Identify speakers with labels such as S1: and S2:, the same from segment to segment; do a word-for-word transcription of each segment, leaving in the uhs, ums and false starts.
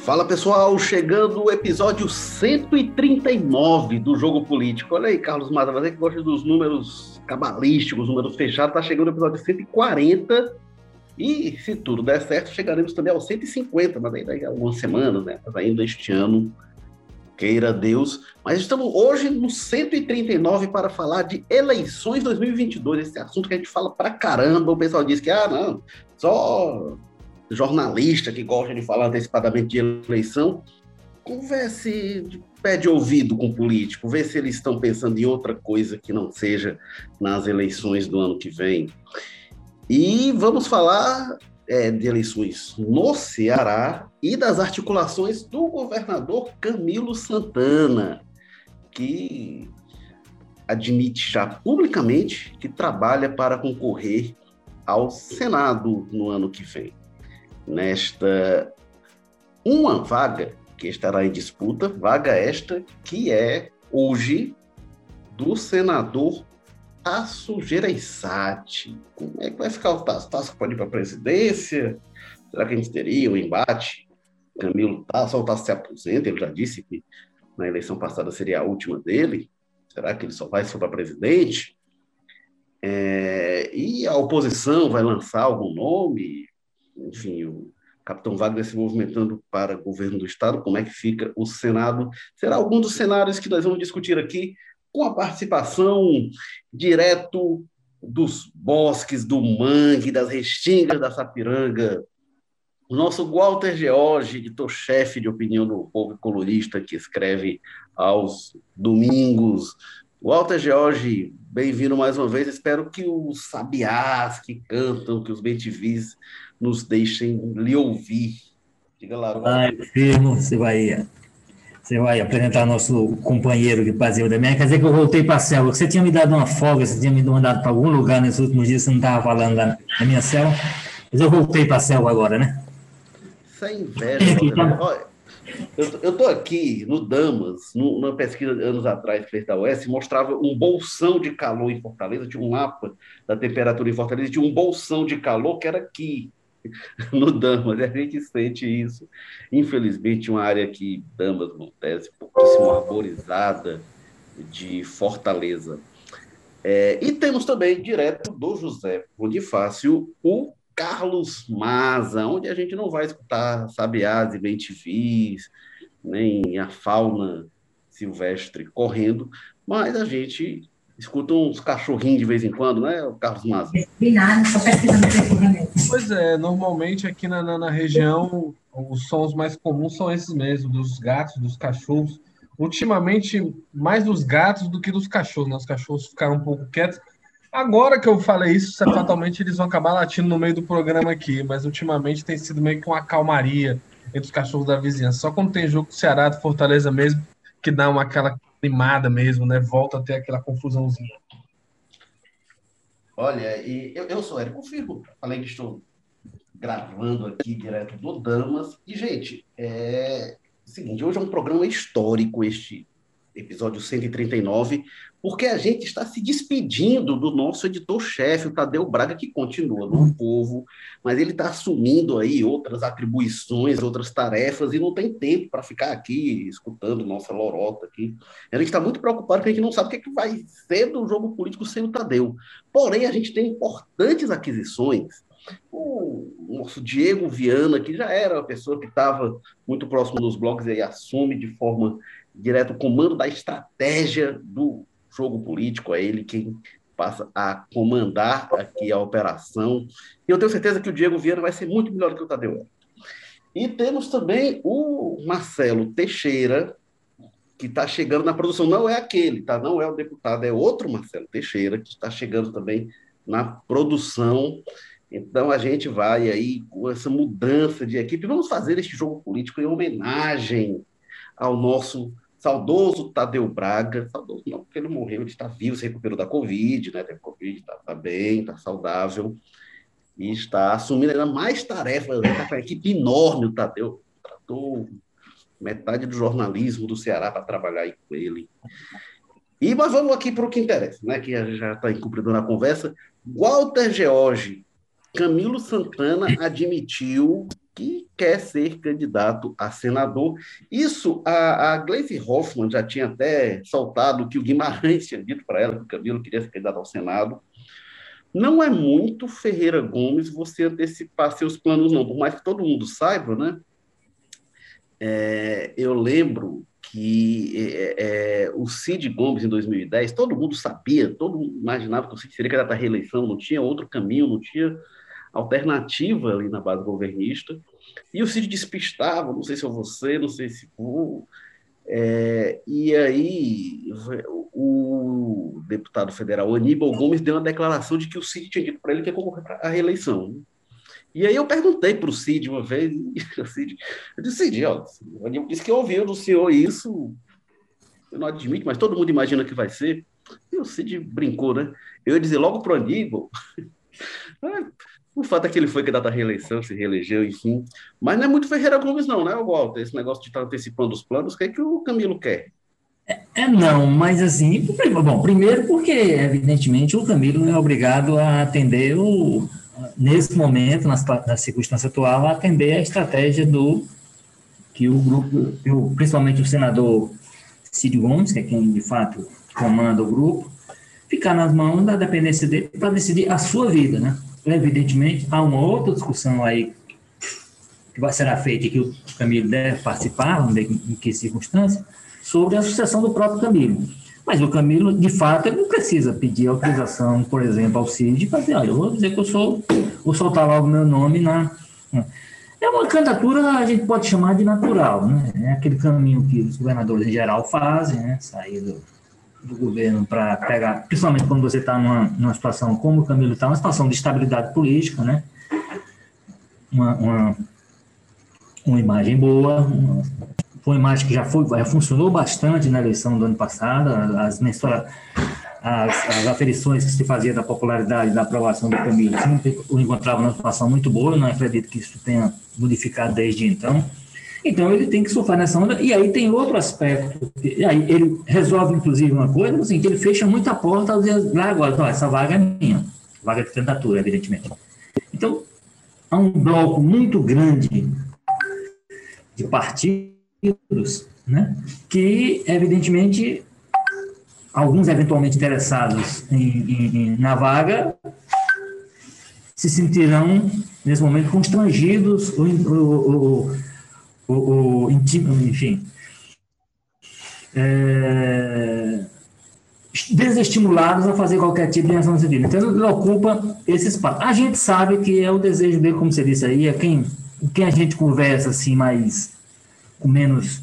S1: Fala pessoal, chegando o episódio cento e trinta e nove do Jogo Político. Olha aí, Carlos Mata, você que gosta dos números cabalísticos, números fechados, tá chegando o episódio cento e quarenta e, se tudo der certo, chegaremos também ao cento e cinquenta, mas ainda há algumas semanas, né? Mas ainda este ano, queira Deus. Mas estamos hoje no cento e trinta e nove para falar de eleições dois mil e vinte e dois, esse assunto que a gente fala pra caramba. O pessoal diz que, ah, não, só jornalista que gosta de falar antecipadamente de eleição. Converse de pé de ouvido com o político, vê se eles estão pensando em outra coisa que não seja nas eleições do ano que vem. E vamos falar é, de eleições no Ceará e das articulações do governador Camilo Santana, que admite já publicamente que trabalha para concorrer ao Senado no ano que vem. Nesta uma vaga que estará em disputa, vaga esta que é hoje do senador Tasso Gereissati. Como é que vai ficar o Tasso? Tasso pode ir para a presidência? Será que a gente teria um embate? Camilo Tasso, o Tasso se aposenta, ele já disse que na eleição passada seria a última dele. Será que ele só vai ser para presidente? É, e a oposição vai lançar algum nome? Enfim, o capitão Wagner se movimentando para governo do Estado, como é que fica o Senado? Será algum dos cenários que nós vamos discutir aqui, com a participação direto dos bosques, do mangue, das restingas da Sapiranga, o nosso Walter George, editor-chefe de opinião do Povo Colorista, que escreve aos domingos. Walter George, bem-vindo mais uma vez. Espero que os sabiás que cantam, que os bem-te-vis nos deixem lhe ouvir. Diga lá.
S2: Ah, eu firmo, você vai, você vai apresentar nosso companheiro que fazia da minha. Quer dizer que eu voltei para a selva. Você tinha me dado uma folga, você tinha me mandado para algum lugar nesses últimos dias, você não estava falando da, da minha selva. Mas eu voltei para a selva agora, né?
S1: Sem inveja, Walter. Eu estou aqui no Damas, no, numa pesquisa de anos atrás que fez da U E S, mostrava um bolsão de calor em Fortaleza, tinha um mapa da temperatura em Fortaleza, tinha um bolsão de calor que era aqui, no Damas, e a gente sente isso. Infelizmente, uma área aqui, Damas, Montese, pouquíssimo arborizada de Fortaleza. É, e temos também, direto do José Bonifácio, o Carlos Maza, onde a gente não vai escutar sabiás e bem-te-vis, nem a fauna silvestre correndo, mas a gente escuta uns cachorrinhos de vez em quando, né, o Carlos Maza?
S3: Pois é, normalmente aqui na, na, na região os sons mais comuns são esses mesmo, dos gatos, dos cachorros. Ultimamente, mais dos gatos do que dos cachorros, né? Os cachorros ficaram um pouco quietos. Agora que eu falei isso, fatalmente eles vão acabar latindo no meio do programa aqui, mas ultimamente tem sido meio que uma calmaria entre os cachorros da vizinhança. Só quando tem jogo do Ceará, do Fortaleza mesmo, que dá uma aquela animada mesmo, né? Volta a ter aquela confusãozinha.
S1: Olha, e eu, eu sou Érico Firmo, além que estou gravando aqui direto do Damas. E, gente, é o seguinte, hoje é um programa histórico, este episódio cento e trinta e nove, porque a gente está se despedindo do nosso editor-chefe, o Tadeu Braga, que continua no Povo, mas ele está assumindo aí outras atribuições, outras tarefas, e não tem tempo para ficar aqui escutando nossa lorota aqui. A gente está muito preocupado porque a gente não sabe o que, é que vai ser do jogo político sem o Tadeu. Porém, a gente tem importantes aquisições. O nosso Diego Viana, que já era uma pessoa que estava muito próximo dos blogs e assume de forma direta o comando da estratégia do jogo político, é ele quem passa a comandar aqui a operação, e eu tenho certeza que o Diego Viana vai ser muito melhor do que o Tadeu. E temos também o Marcelo Teixeira, que está chegando na produção, não é aquele, tá? Não é o deputado, é outro Marcelo Teixeira, que está chegando também na produção. Então, a gente vai aí com essa mudança de equipe. Vamos fazer este jogo político em homenagem ao nosso saudoso Tadeu Braga. Saudoso não, porque ele morreu, ele está vivo, se recuperou da Covid, né? Teve Covid, está tá bem, está saudável. E está assumindo ainda mais tarefas. Está com uma equipe enorme, o Tadeu. Tratou metade do jornalismo do Ceará para trabalhar aí com ele. E mas vamos aqui para o que interessa, né? Que já está encumprindo na conversa. Walter George, Camilo Santana admitiu que quer ser candidato a senador. Isso, a, a Gleisi Hoffmann já tinha até soltado que o Guimarães tinha dito para ela que o Camilo queria ser candidato ao Senado. Não é muito Ferreira Gomes você antecipar seus planos, não. Por mais que todo mundo saiba, né? É, eu lembro que é, é, o Cid Gomes, em dois mil e dez, todo mundo sabia, todo mundo imaginava que o Cid seria candidato à reeleição, não tinha outro caminho, não tinha alternativa ali na base governista. E o Cid despistava, não sei se é você, não sei se for. É, e aí o deputado federal Aníbal Gomes deu uma declaração de que o Cid tinha dito para ele que ia concorrer à reeleição. E aí eu perguntei para o Cid uma vez, o Cid, eu disse, Cid, ó, o Aníbal disse que ouviu do senhor isso, eu não admito, mas todo mundo imagina que vai ser. E o Cid brincou, né? Eu ia dizer logo para o Aníbal, o fato é que ele foi candidato à reeleição, se reelegeu, enfim. Mas não é muito Ferreira Gomes, não, né, Walter? Esse negócio de estar antecipando os planos, o que é que o Camilo quer?
S2: É, é não, mas assim, bom, primeiro porque, evidentemente, o Camilo é obrigado a atender, o, nesse momento, na, na circunstância atual, a atender a estratégia do, que o grupo, eu, principalmente o senador Cid Gomes, que é quem, de fato, comanda o grupo, ficar nas mãos da dependência dele para decidir a sua vida, né? Evidentemente, há uma outra discussão aí que vai ser feita e que o Camilo deve participar, vamos ver em que circunstância, sobre a sucessão do próprio Camilo. Mas o Camilo, de fato, ele não precisa pedir autorização, por exemplo, ao Cid, para dizer, olha, eu vou dizer que eu sou, vou soltar logo meu nome na... É uma candidatura, a gente pode chamar de natural, né? É aquele caminho que os governadores em geral fazem, né? Sair do... do governo para pegar, principalmente quando você está numa, numa situação como o Camilo está, uma situação de estabilidade política, né? Uma, uma, uma imagem boa, uma, uma imagem que já, foi, já funcionou bastante na eleição do ano passado, as, mensura, as, as aferições que se fazia da popularidade da aprovação do Camilo sempre o encontrava numa situação muito boa, eu não acredito que isso tenha modificado desde então. Então, ele tem que surfar nessa onda, e aí tem outro aspecto, e aí ele resolve, inclusive, uma coisa, assim, que ele fecha muita porta ao dizer, lá agora, ó, essa vaga é minha, vaga de candidatura, evidentemente. Então, há um bloco muito grande de partidos, né, que, evidentemente, alguns eventualmente interessados em, em, em, na vaga, se sentirão, nesse momento, constrangidos, ou, ou, ou O, o, enfim, é, desestimulados a fazer qualquer tipo de ação nesse sentido. Então, ele ocupa esse espaço. A gente sabe que é o desejo dele, como você disse aí, é quem, quem a gente conversa assim, mais, com menos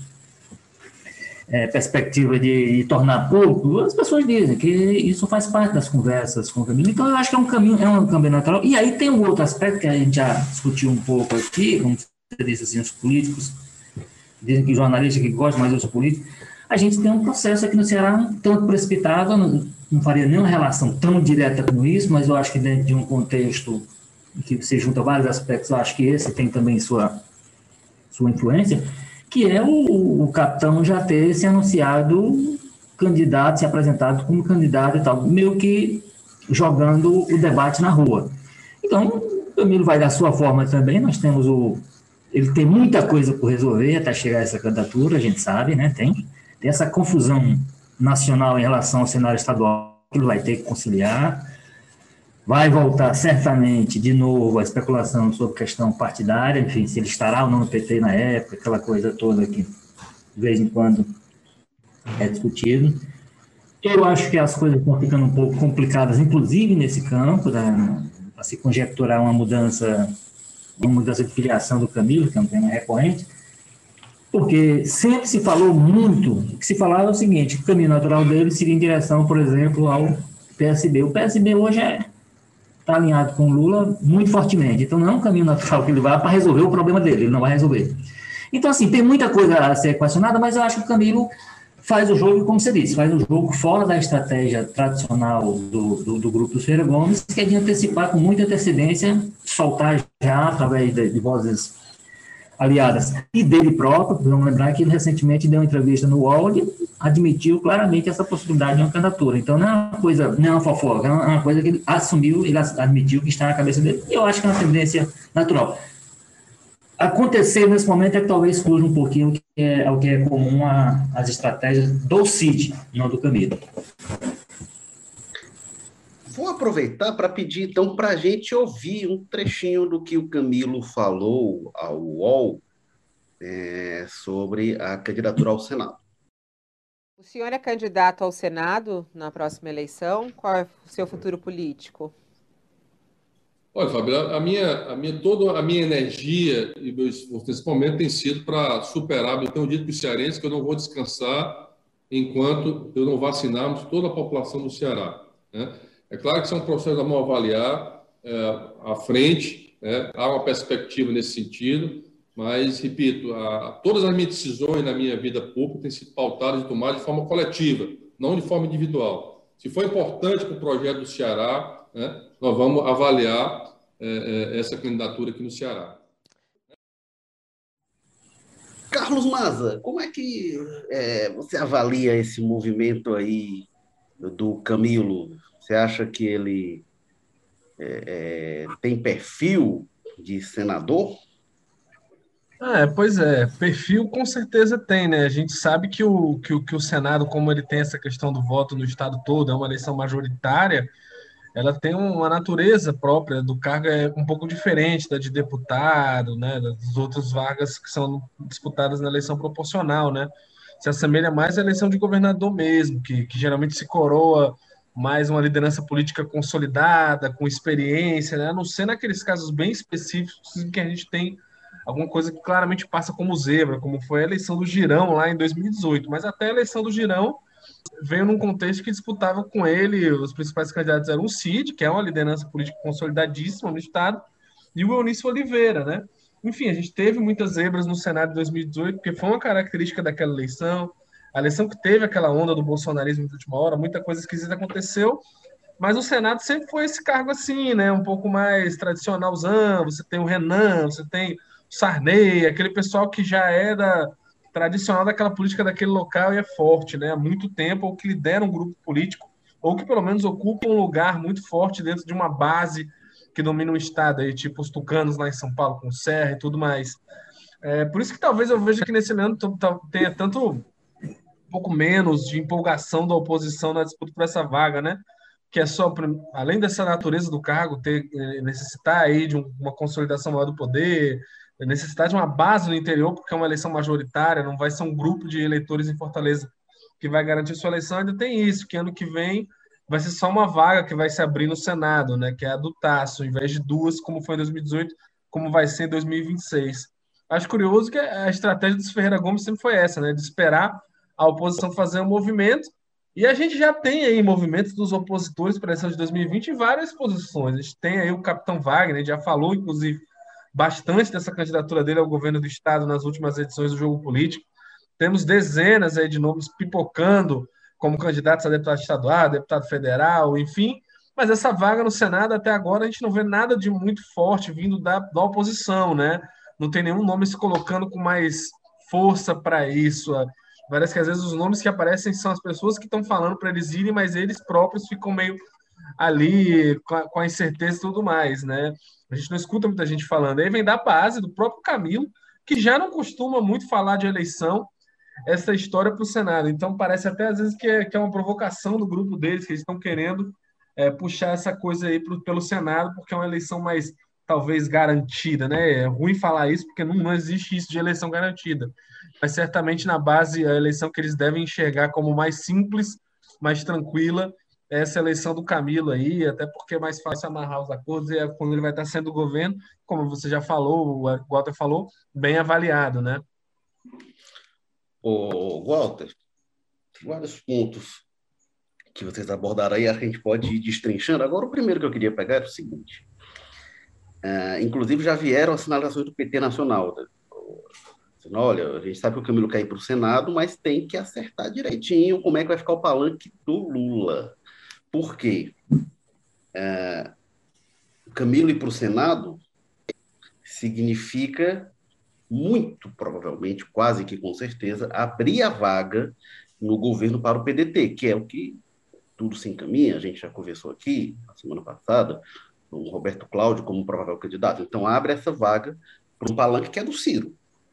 S2: é, perspectiva de, de tornar público, as pessoas dizem que isso faz parte das conversas com o Camilo. Então, eu acho que é um caminho, é um caminho natural. E aí tem um outro aspecto que a gente já discutiu um pouco aqui, como você disse assim, os políticos, dizem que jornalistas que gostam, mas os políticos, a gente tem um processo aqui no Ceará um tanto precipitado, não, não faria nenhuma relação tão direta com isso, mas eu acho que dentro de um contexto em que você junta vários aspectos, eu acho que esse tem também sua, sua influência, que é o, o capitão já ter se anunciado candidato, se apresentado como candidato e tal, meio que jogando o debate na rua. Então, o Camilo vai da sua forma também, nós temos o... Ele tem muita coisa por resolver até chegar a essa candidatura, a gente sabe, né? Tem, tem essa confusão nacional em relação ao cenário estadual que ele vai ter que conciliar. Vai voltar certamente de novo a especulação sobre questão partidária, enfim, se ele estará ou não no P T na época, aquela coisa toda que de vez em quando é discutido. Eu acho que as coisas estão ficando um pouco complicadas, inclusive nesse campo, né? Para se conjecturar uma mudança. Uma mudança de filiação do Camilo, que é um tema recorrente, porque sempre se falou muito, o que se falava é o seguinte, que o caminho natural dele seria em direção, por exemplo, ao P S B. O P S B hoje é, está alinhado com o Lula muito fortemente, então não é um caminho natural que ele vai para resolver o problema dele, ele não vai resolver. Então, assim, tem muita coisa a ser equacionada, mas eu acho que o Camilo faz o jogo, como você disse, faz o jogo fora da estratégia tradicional do, do, do grupo dos Ferreira Gomes, que é de antecipar com muita antecedência, soltar já através de, de vozes aliadas e dele próprio. Vamos lembrar que ele recentemente deu uma entrevista no U O L e admitiu claramente essa possibilidade de uma candidatura. Então não é uma coisa, não é uma fofoca, é uma coisa que ele assumiu, ele admitiu que está na cabeça dele, e eu acho que é uma tendência natural. acontecer nesse momento é que talvez fuja um pouquinho que é, ao que é comum a, as estratégias do Cid, não do Camilo.
S1: Vou aproveitar para pedir, então, para a gente ouvir um trechinho do que o Camilo falou ao U O L é, sobre a candidatura ao Senado.
S4: O senhor é candidato ao Senado na próxima eleição? Qual é o seu futuro político?
S5: Olha, Fábio, a minha, a minha, toda a minha energia e meu esforço nesse momento tem sido para superar. Eu tenho dito para os cearenses que eu não vou descansar enquanto eu não vacinarmos toda a população do Ceará, né? É claro que isso é um processo a mão avaliar é, à frente, né? Há uma perspectiva nesse sentido, mas, repito, a, todas as minhas decisões na minha vida pública têm sido pautadas e tomadas de forma coletiva, não de forma individual. Se for importante para o projeto do Ceará, né, nós vamos avaliar é, é, essa candidatura aqui no Ceará.
S1: Carlos Maza, como é que é, você avalia esse movimento aí do Camilo? Você acha que ele é, é, tem perfil de senador?
S3: É, pois é, perfil com certeza tem, né? A gente sabe que o, que o, que o Senado, como ele tem essa questão do voto no estado todo, é uma eleição majoritária, ela tem uma natureza própria do cargo é um pouco diferente da de deputado, né? Das outras vagas que são disputadas na eleição proporcional, né? Se assemelha mais à eleição de governador mesmo, que, que geralmente se coroa mais uma liderança política consolidada, com experiência, né? A não ser naqueles casos bem específicos em que a gente tem alguma coisa que claramente passa como zebra, como foi a eleição do Girão lá em dois mil e dezoito. Mas até a eleição do Girão veio num contexto que disputava com ele, os principais candidatos eram o Cid, que é uma liderança política consolidadíssima no Estado, e o Eunício Oliveira, né? Enfim, a gente teve muitas zebras no Senado de dois mil e dezoito, porque foi uma característica daquela eleição, a eleição que teve aquela onda do bolsonarismo de última hora, muita coisa esquisita aconteceu, mas o Senado sempre foi esse cargo assim, né? Um pouco mais tradicionalzão, você tem o Renan, você tem o Sarney, aquele pessoal que já era tradicional daquela política daquele local e é forte, né? Há muito tempo, ou que lidera um grupo político, ou que pelo menos ocupa um lugar muito forte dentro de uma base que domina o Estado, aí, tipo os tucanos lá em São Paulo, com Serra e tudo mais. É, por isso que talvez eu veja que nesse ano tenha tanto, um pouco menos de empolgação da oposição na disputa por essa vaga, né? Que é só, além dessa natureza do cargo, ter, necessitar aí de uma consolidação maior do poder, necessitar de uma base no interior, porque é uma eleição majoritária, não vai ser um grupo de eleitores em Fortaleza que vai garantir sua eleição, ainda tem isso, que ano que vem vai ser só uma vaga que vai se abrir no Senado, né, que é a do Tasso, ao invés de duas, como foi em dois mil e dezoito, como vai ser em dois mil e vinte e seis. Acho curioso que a estratégia dos Ferreira Gomes sempre foi essa, né, de esperar a oposição fazer um movimento, e a gente já tem aí movimentos dos opositores para a eleição de dois mil e vinte em várias posições. A gente tem aí o capitão Wagner, já falou, inclusive, bastante dessa candidatura dele ao governo do Estado nas últimas edições do Jogo Político. Temos dezenas aí de nomes pipocando como candidatos a deputado estadual, deputado federal, enfim. Mas essa vaga no Senado, até agora, a gente não vê nada de muito forte vindo da, da oposição, né? Não tem nenhum nome se colocando com mais força para isso. Parece que às vezes os nomes que aparecem são as pessoas que estão falando para eles irem, mas eles próprios ficam meio ali com a, com a incerteza e tudo mais, né? A gente não escuta muita gente falando. Aí vem da base do próprio Camilo, que já não costuma muito falar de eleição, essa história para o Senado. Então parece até às vezes que é, que é uma provocação do grupo deles, que eles estão querendo é, puxar essa coisa aí pro, pelo Senado, porque é uma eleição mais talvez garantida, né? É ruim falar isso, porque não, não existe isso de eleição garantida. Mas certamente na base, a eleição que eles devem enxergar como mais simples, mais tranquila, é essa eleição do Camilo aí, até porque é mais fácil amarrar os acordos e é quando ele vai estar sendo o governo, como você já falou, o Walter falou, bem avaliado, né?
S1: Ô, Walter, vários pontos que vocês abordaram aí, a gente pode ir destrinchando. Agora, o primeiro que eu queria pegar era o seguinte. Uh, inclusive, já vieram as sinalizações do P T Nacional. Né? Olha, a gente sabe que o Camilo quer ir para o Senado, mas tem que acertar direitinho como é que vai ficar o palanque do Lula. Por quê? Uh, o Camilo ir para o Senado significa, muito provavelmente, quase que com certeza, abrir a vaga no governo para o P D T, que é o que tudo se encaminha, a gente já conversou aqui, na semana passada, o Roberto Cláudio como provável candidato. Então, abre essa vaga para um palanque que é do Ciro.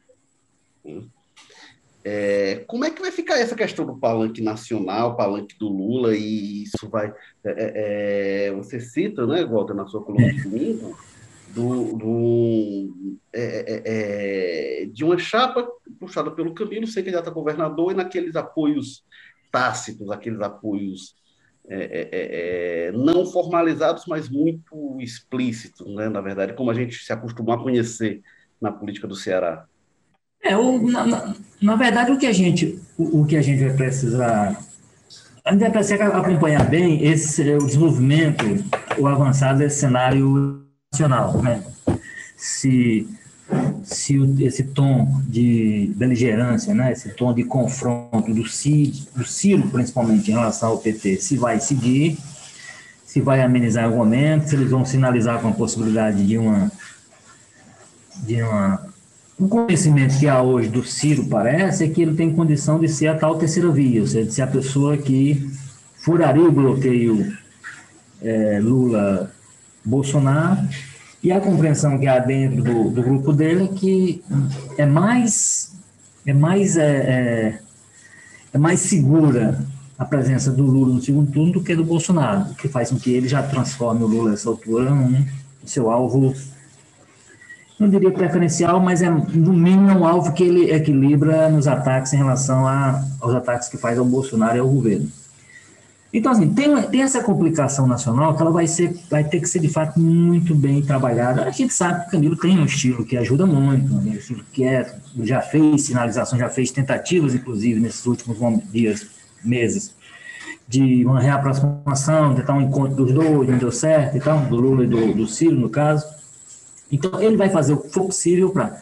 S1: É, como é que vai ficar essa questão do palanque nacional, palanque do Lula, e isso vai... É, é, você cita, né, Walter, na sua coluna de domingo, do, do, é, é, de uma chapa puxada pelo Camilo, ser candidato a governador, e naqueles apoios tácitos, aqueles apoios é, é, é, não formalizados, mas muito explícitos, né, na verdade, como a gente se acostumou a conhecer na política do Ceará.
S2: É, o, na, na, na verdade, o que a gente, o, o que a gente vai precisar, a gente vai precisar acompanhar bem esse, o desenvolvimento, o avançado desse cenário nacional, né? Se, se o, esse tom de beligerância, né? Esse tom de confronto do Ciro, do Ciro, principalmente em relação ao P T, se vai seguir, se vai amenizar em algum momento, se eles vão sinalizar com a possibilidade de uma, de uma o conhecimento que há hoje do Ciro, parece, é que ele tem condição de ser a tal terceira via, ou seja, de ser a pessoa que furaria o bloqueio é, Lula-Bolsonaro, e a compreensão que há dentro do, do grupo dele é que é mais, é, mais, é, é, é mais segura a presença do Lula no segundo turno do que do Bolsonaro, o que faz com que ele já transforme o Lula nessa altura num seu alvo, não diria preferencial, mas é no mínimo um alvo que ele equilibra nos ataques em relação a, aos ataques que faz ao Bolsonaro e ao governo. Então, assim, tem, tem essa complicação nacional que ela vai, ser, vai ter que ser, de fato, muito bem trabalhada. A gente sabe que o Camilo tem um estilo que ajuda muito, um estilo que é, já fez sinalização, já fez tentativas, inclusive, nesses últimos dias, meses, de uma reaproximação, tentar um encontro dos dois, não deu certo e tal, do Lula e do, do Ciro, no caso. Então, ele vai fazer o que for possível para,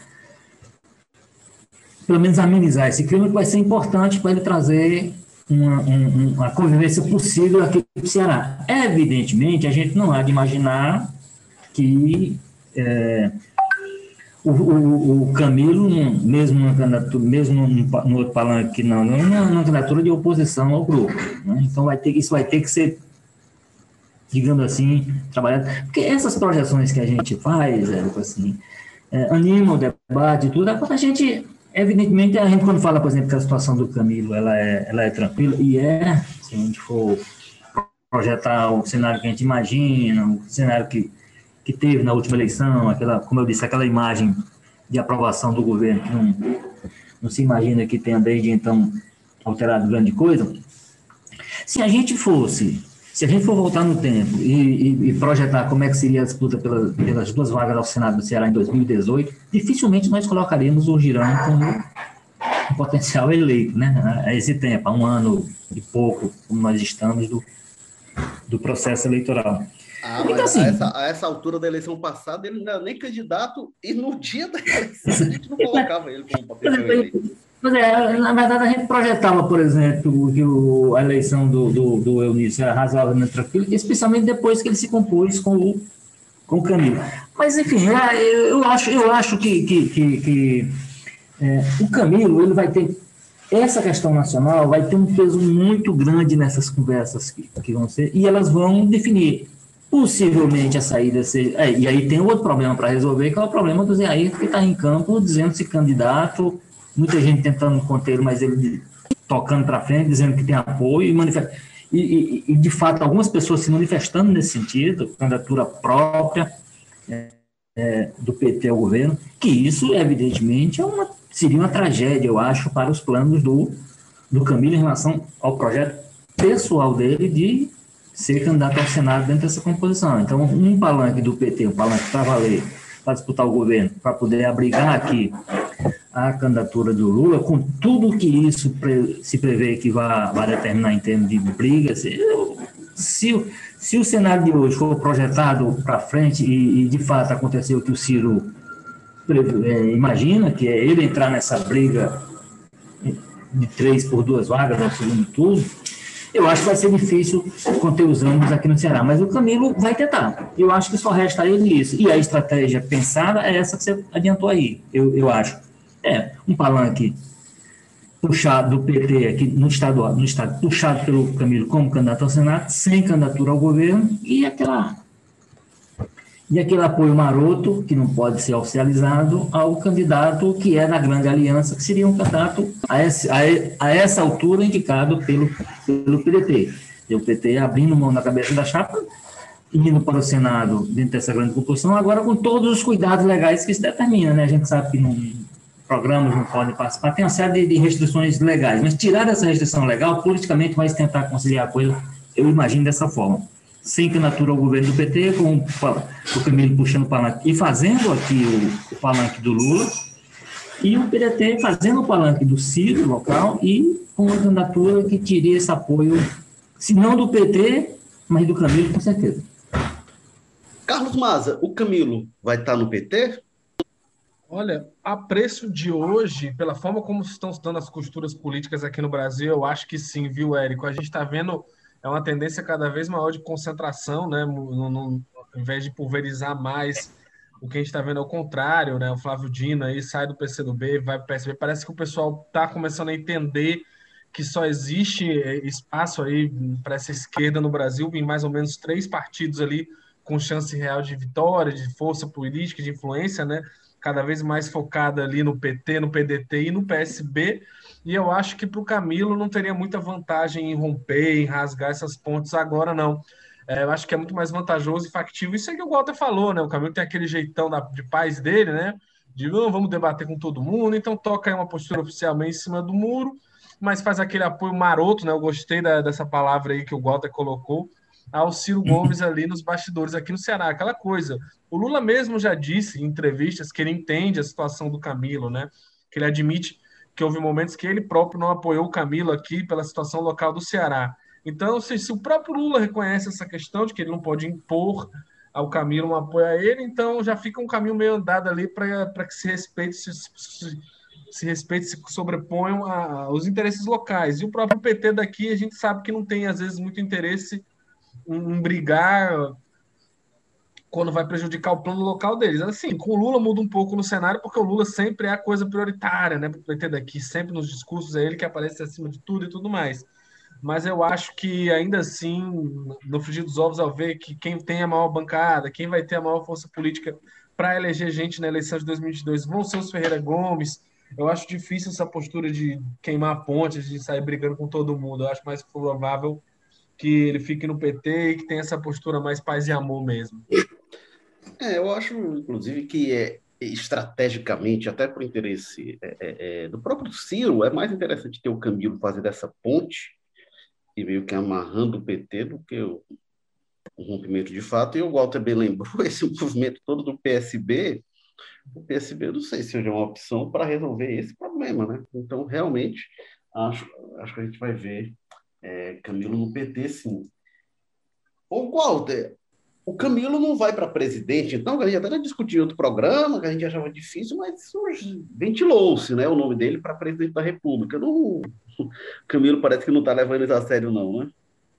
S2: pelo menos, amenizar esse clima, que vai ser importante para ele trazer uma, um, uma convivência possível aqui no Ceará. Evidentemente, a gente não há de imaginar que é, o, o, o Camilo, mesmo, numa candidatura, mesmo no outro palanque, não, não é uma candidatura de oposição ao grupo. Né? Então, vai ter, isso vai ter que ser, digamos assim, trabalhado. Porque essas projeções que a gente faz, é, assim, é, anima o debate e tudo, a gente, evidentemente, a gente quando fala, por exemplo, que a situação do Camilo, ela é, ela é tranquila, e é, se a gente for projetar o cenário que a gente imagina, o cenário que, que teve na última eleição, aquela, como eu disse, aquela imagem de aprovação do governo, que não, não se imagina que tenha desde então alterado grande coisa. Se a gente fosse Se a gente for voltar no tempo e, e, e projetar como é que seria a disputa pela, pelas duas vagas ao Senado do Ceará em dois mil e dezoito, dificilmente nós colocaríamos o Girão como um potencial eleito, né? A esse tempo, há um ano e pouco, como nós estamos, do, do processo eleitoral.
S1: Ah, mas então, assim, a, essa, a essa altura da eleição passada, ele não era nem candidato, e no dia da eleição a gente não colocava ele como potencial eleito.
S2: Mas é, na verdade, a gente projetava, por exemplo, que o, a eleição do, do, do Eunício era razoavelmente tranquila, especialmente depois que ele se compôs com o, com o Camilo. Mas, enfim, eu, eu acho, eu acho que, que, que, que é, o Camilo, ele vai ter, essa questão nacional vai ter um peso muito grande nessas conversas que, que vão ser, e elas vão definir, possivelmente, a saída ser... É, e aí tem outro problema para resolver, que é o problema do Zé Ayrton, que está em campo dizendo-se candidato, muita gente tentando conter, mas ele tocando para frente, dizendo que tem apoio, e, manifesta... e, e, e, de fato, algumas pessoas se manifestando nesse sentido, candidatura própria é, é, do P T ao governo, que isso, evidentemente, é uma, seria uma tragédia, eu acho, para os planos do, do Camilo em relação ao projeto pessoal dele de ser candidato ao Senado dentro dessa composição. Então, um palanque do P T, um palanque para valer, para disputar o governo, para poder abrigar aqui a candidatura do Lula, com tudo que isso pre, se prevê que vai, vai determinar em termos de briga, se, se, se o cenário de hoje for projetado para frente e, e, de fato, acontecer o que o Ciro é, imagina, que é ele entrar nessa briga de três por duas vagas no segundo turno, eu acho que vai ser difícil conter os ânimos aqui no Ceará, mas o Camilo vai tentar. Eu acho que só resta a ele isso. E a estratégia pensada é essa que você adiantou aí, eu, eu acho. É, um palanque puxado do P T aqui no estado, no estado, puxado pelo Camilo como candidato ao Senado, sem candidatura ao governo, e aquela... e aquele apoio maroto, que não pode ser oficializado, ao candidato que é da grande aliança, que seria um candidato a, esse, a, a essa altura indicado pelo, pelo P D T. E o P T abrindo mão na cabeça da chapa, indo para o Senado dentro dessa grande composição, agora com todos os cuidados legais que se determina, né? A gente sabe que não, programas não podem participar, tem uma série de, de restrições legais, mas tirar essa restrição legal, politicamente vai tentar conciliar a coisa, eu imagino dessa forma. Sem candidatura ao governo do P T, com o Camilo puxando o palanque e fazendo aqui o, o palanque do Lula, e o P D T fazendo o palanque do Ciro local e com uma candidatura que teria esse apoio, se não do P T, mas do Camilo, com certeza.
S1: Carlos Maza, o Camilo vai estar no P T?
S3: Olha, a preço de hoje, pela forma como estão se dando as costuras políticas aqui no Brasil, eu acho que sim, viu, Érico? A gente está vendo é uma tendência cada vez maior de concentração, né? No, no, ao invés de pulverizar mais, o que a gente está vendo é o contrário, né? O Flávio Dino aí sai do P C do B, vai para o P S B. Parece que o pessoal está começando a entender que só existe espaço aí para essa esquerda no Brasil em mais ou menos três partidos ali com chance real de vitória, de força política, de influência, né? Cada vez mais focada ali no P T, no P D T e no P S B. E eu acho que para o Camilo não teria muita vantagem em romper, em rasgar essas pontes agora, não. É, eu acho que é muito mais vantajoso e factível. Isso é que o Walter falou, né? O Camilo tem aquele jeitão da, de paz dele, né? De não, vamos debater com todo mundo, então toca aí uma postura oficial meio em cima do muro, mas faz aquele apoio maroto, né? Eu gostei da, dessa palavra aí que o Walter colocou, ao Ciro Gomes ali nos bastidores aqui no Ceará. Aquela coisa. O Lula mesmo já disse em entrevistas que ele entende a situação do Camilo, né? Que ele admite que houve momentos que ele próprio não apoiou o Camilo aqui pela situação local do Ceará. Então, se, se o próprio Lula reconhece essa questão de que ele não pode impor ao Camilo um apoio a ele, então já fica um caminho meio andado ali para que se respeite, se, se, se respeite, se sobreponham a, os interesses locais. E o próprio P T daqui, a gente sabe que não tem, às vezes, muito interesse em, em brigar quando vai prejudicar o plano local deles. Assim, com o Lula muda um pouco no cenário, porque o Lula sempre é a coisa prioritária, né, para o P T daqui, sempre nos discursos é ele que aparece acima de tudo e tudo mais. Mas eu acho que, ainda assim, no frigir dos ovos, ao ver que quem tem a maior bancada, quem vai ter a maior força política para eleger gente na eleição de dois mil e vinte e dois vão ser os Ferreira Gomes. Eu acho difícil essa postura de queimar a ponte, de sair brigando com todo mundo. Eu acho mais provável que ele fique no P T e que tenha essa postura mais paz e amor mesmo.
S1: É, eu acho, inclusive, que é estrategicamente, até por interesse é, é, é, do próprio Ciro, é mais interessante ter o Camilo fazer dessa ponte e meio que amarrando o P T do que o, o rompimento de fato. E o Walter bem lembrou, esse movimento todo do P S B, o P S B eu não sei se é uma opção para resolver esse problema, né? Então, realmente, acho, acho que a gente vai ver é, Camilo no P T, sim. Ô, Walter, o Camilo não vai para presidente, então a gente até discutiu em outro programa, que a gente achava difícil, mas ventilou-se, né, o nome dele para presidente da República. Não, o Camilo parece que não está levando isso a sério, não, né?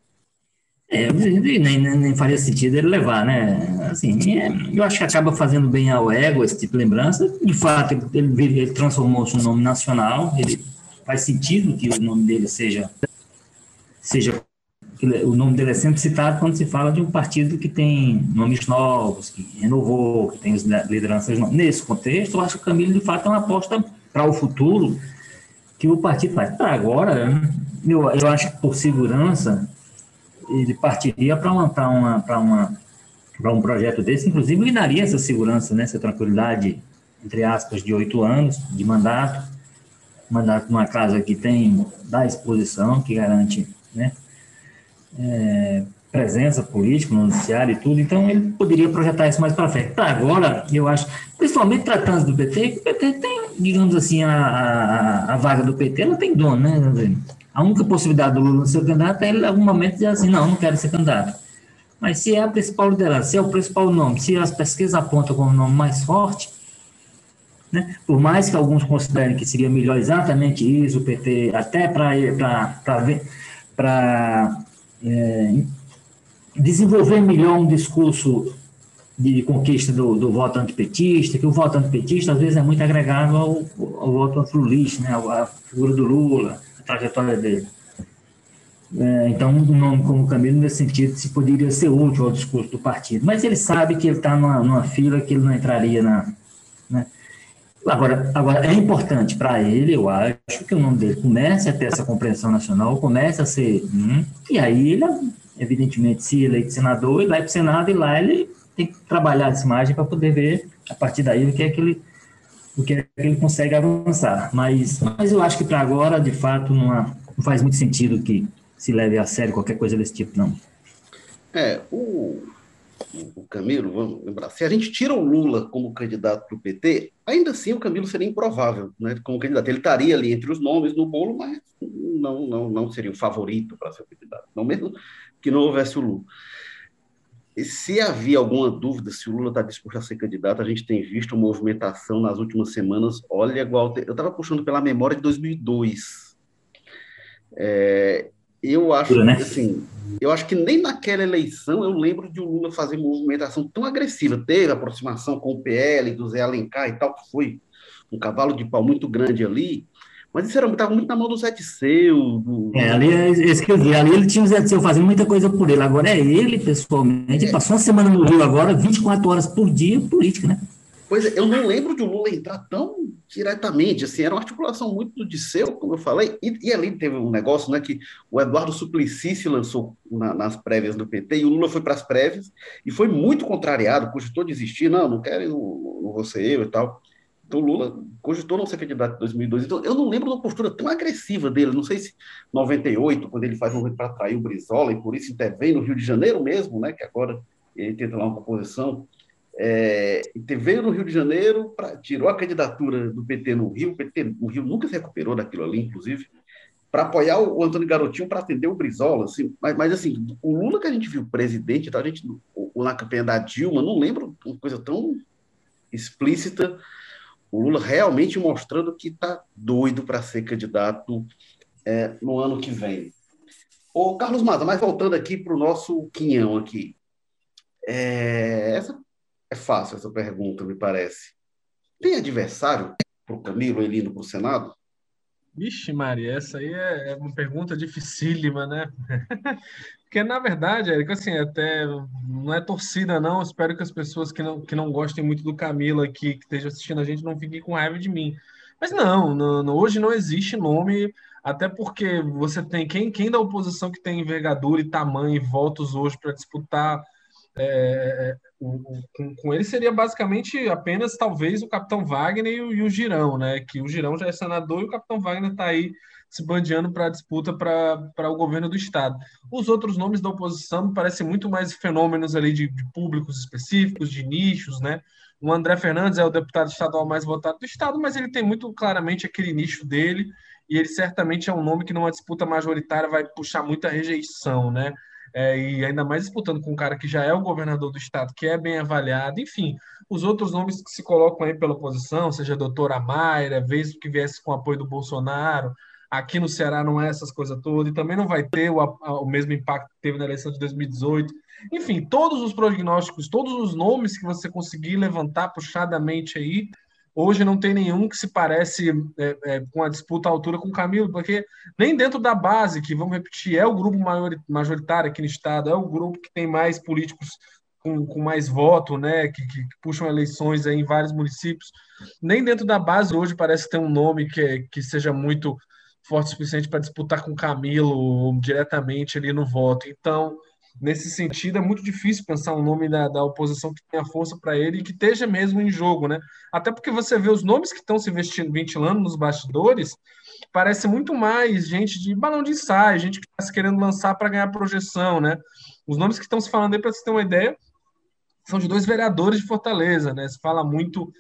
S2: É, nem, nem, nem faria sentido ele levar, né? Assim, é, eu acho que acaba fazendo bem ao ego esse tipo de lembrança. De fato, ele, ele transformou-se num nome nacional, ele faz sentido que o nome dele seja, seja o nome dele é sempre citado quando se fala de um partido que tem nomes novos, que renovou, que tem lideranças novas. Nesse contexto, eu acho que o Camilo, de fato, é uma aposta para o futuro que o partido faz. Para agora, eu, eu acho que por segurança, ele partiria para uma, para uma, para uma, para um projeto desse, inclusive lhe daria essa segurança, né, essa tranquilidade, entre aspas, de oito anos de mandato, mandato numa casa que tem da exposição, que garante, né, É, presença política no noticiário e tudo, então ele poderia projetar isso mais para frente. Para agora, eu acho, principalmente tratando do P T, que o P T tem, digamos assim, a, a, a vaga do P T, ela tem dono, né? A única possibilidade do Lula ser candidato é ele, em algum momento, dizer assim, não, não quero ser candidato. Mas se é a principal liderança, se é o principal nome, se as pesquisas apontam como o nome mais forte, né? Por mais que alguns considerem que seria melhor exatamente isso, o P T, até para para É, desenvolver melhor um discurso de conquista do, do voto antipetista, que o voto antipetista às vezes é muito agregado ao, ao voto lulista, né, à figura do Lula, a trajetória dele. É, então, um nome como Camilo, nesse sentido, se poderia ser útil ao discurso do partido. Mas ele sabe que ele está numa, numa fila que ele não entraria na... Né? Agora, agora, é importante para ele, eu acho, que o nome dele comece a ter essa compreensão nacional, comece a ser... Hum, e aí ele, evidentemente, se eleito senador, ele vai para o Senado e lá ele tem que trabalhar essa imagem para poder ver, a partir daí, o que é que ele, o que é que ele consegue avançar. Mas, mas eu acho que para agora, de fato, não, há, não faz muito sentido que se leve a sério qualquer coisa desse tipo, não.
S1: É, o, o Camilo, vamos lembrar, se a gente tira o Lula como candidato para o P T, ainda assim o Camilo seria improvável, né, como candidato. Ele estaria ali entre os nomes no bolo, mas não, não, não seria o favorito para ser candidato, não mesmo que não houvesse o Lula. E se havia alguma dúvida se o Lula está disposto a ser candidato, a gente tem visto movimentação nas últimas semanas. Olha, Walter, eu estava puxando pela memória de dois mil e dois. É, eu acho,
S2: Né?
S1: assim, eu acho que nem naquela eleição eu lembro de o Lula fazer movimentação tão agressiva. Teve aproximação com o P L, do Zé Alencar e tal, que foi um cavalo de pau muito grande ali, mas isso estava muito na mão do Zé Disseu. Do...
S2: É, ali é isso que eu vi. Ali ele tinha o Zé Disseu fazendo muita coisa por ele. Agora é ele, pessoalmente.
S1: É.
S2: Passou uma semana no Rio agora, vinte e quatro horas por dia, política, né?
S1: Pois é, eu não lembro de o Lula entrar tão diretamente, assim, era uma articulação muito do Disseu, como eu falei, e, e ali teve um negócio, né, que o Eduardo Suplicy se lançou na, nas prévias do P T, e o Lula foi para as prévias, e foi muito contrariado, cogitou desistir, não, não quero, não, não vou ser eu e tal. Então o Lula cogitou não ser candidato em dois mil e dois, então eu não lembro de uma postura tão agressiva dele, não sei se em noventa e oito, quando ele faz um movimento para atrair o Brizola, e por isso intervém no Rio de Janeiro mesmo, né, que agora ele tenta lá uma composição. É, veio no Rio de Janeiro, pra, tirou a candidatura do P T no Rio, o P T no Rio nunca se recuperou daquilo ali, inclusive, para apoiar o, o Antônio Garotinho, para atender o Brizola, assim, mas, mas assim, o Lula que a gente viu presidente, tá, a gente, o, na campanha da Dilma, não lembro uma coisa tão explícita, o Lula realmente mostrando que está doido para ser candidato é, no ano que vem. Ô, Carlos Maza, mas voltando aqui para o nosso quinhão aqui, é, essa É fácil essa pergunta, me parece. Tem adversário para o Camilo ele indo para o Senado?
S3: Vixe, Maria, essa aí é é uma pergunta dificílima, né? Porque, na verdade, Érico, assim, até não é torcida, não. Espero que as pessoas que não, que não gostem muito do Camilo aqui, que estejam assistindo a gente, não fiquem com raiva de mim. Mas não, não, não- hoje não existe nome, até porque você tem quem, quem da oposição que tem envergadura e tamanho e votos hoje para disputar é, o- o- com, com ele seria basicamente apenas talvez o Capitão Wagner e o, e o Girão, né? Que o Girão já é senador e o Capitão Wagner está aí se bandeando para a disputa para o governo do estado. Os outros nomes da oposição me parecem muito mais fenômenos ali de, de públicos específicos, de nichos, né? O André Fernandes é o deputado estadual mais votado do estado, mas ele tem muito claramente aquele nicho dele e ele certamente é um nome que numa disputa majoritária vai puxar muita rejeição, né? É, e ainda mais disputando com um cara que já é o governador do estado, que é bem avaliado, enfim, os outros nomes que se colocam aí pela oposição, seja a doutora Mayra, vez que viesse com apoio do Bolsonaro, aqui no Ceará não é essas coisas todas, e também não vai ter o, o mesmo impacto que teve na eleição de dois mil e dezoito. Enfim, todos os prognósticos, todos os nomes que você conseguir levantar puxadamente aí, hoje não tem nenhum que se parece é, é, com a disputa à altura com o Camilo, porque nem dentro da base, que vamos repetir, é o grupo majoritário aqui no estado, é o grupo que tem mais políticos com, com mais voto, né, que, que, que puxam eleições aí em vários municípios, nem dentro da base hoje parece ter um nome que, que seja muito forte o suficiente para disputar com o Camilo diretamente ali no voto. Então, nesse sentido, é muito difícil pensar um nome da, da oposição que tenha força para ele e que esteja mesmo em jogo, né? Até porque você vê os nomes que estão se ventilando nos bastidores, parece muito mais gente de balão de ensaio, gente que está se querendo lançar para ganhar projeção, né? Os nomes que estão se falando aí, para você ter uma ideia, são de dois vereadores de Fortaleza, né? Se fala muito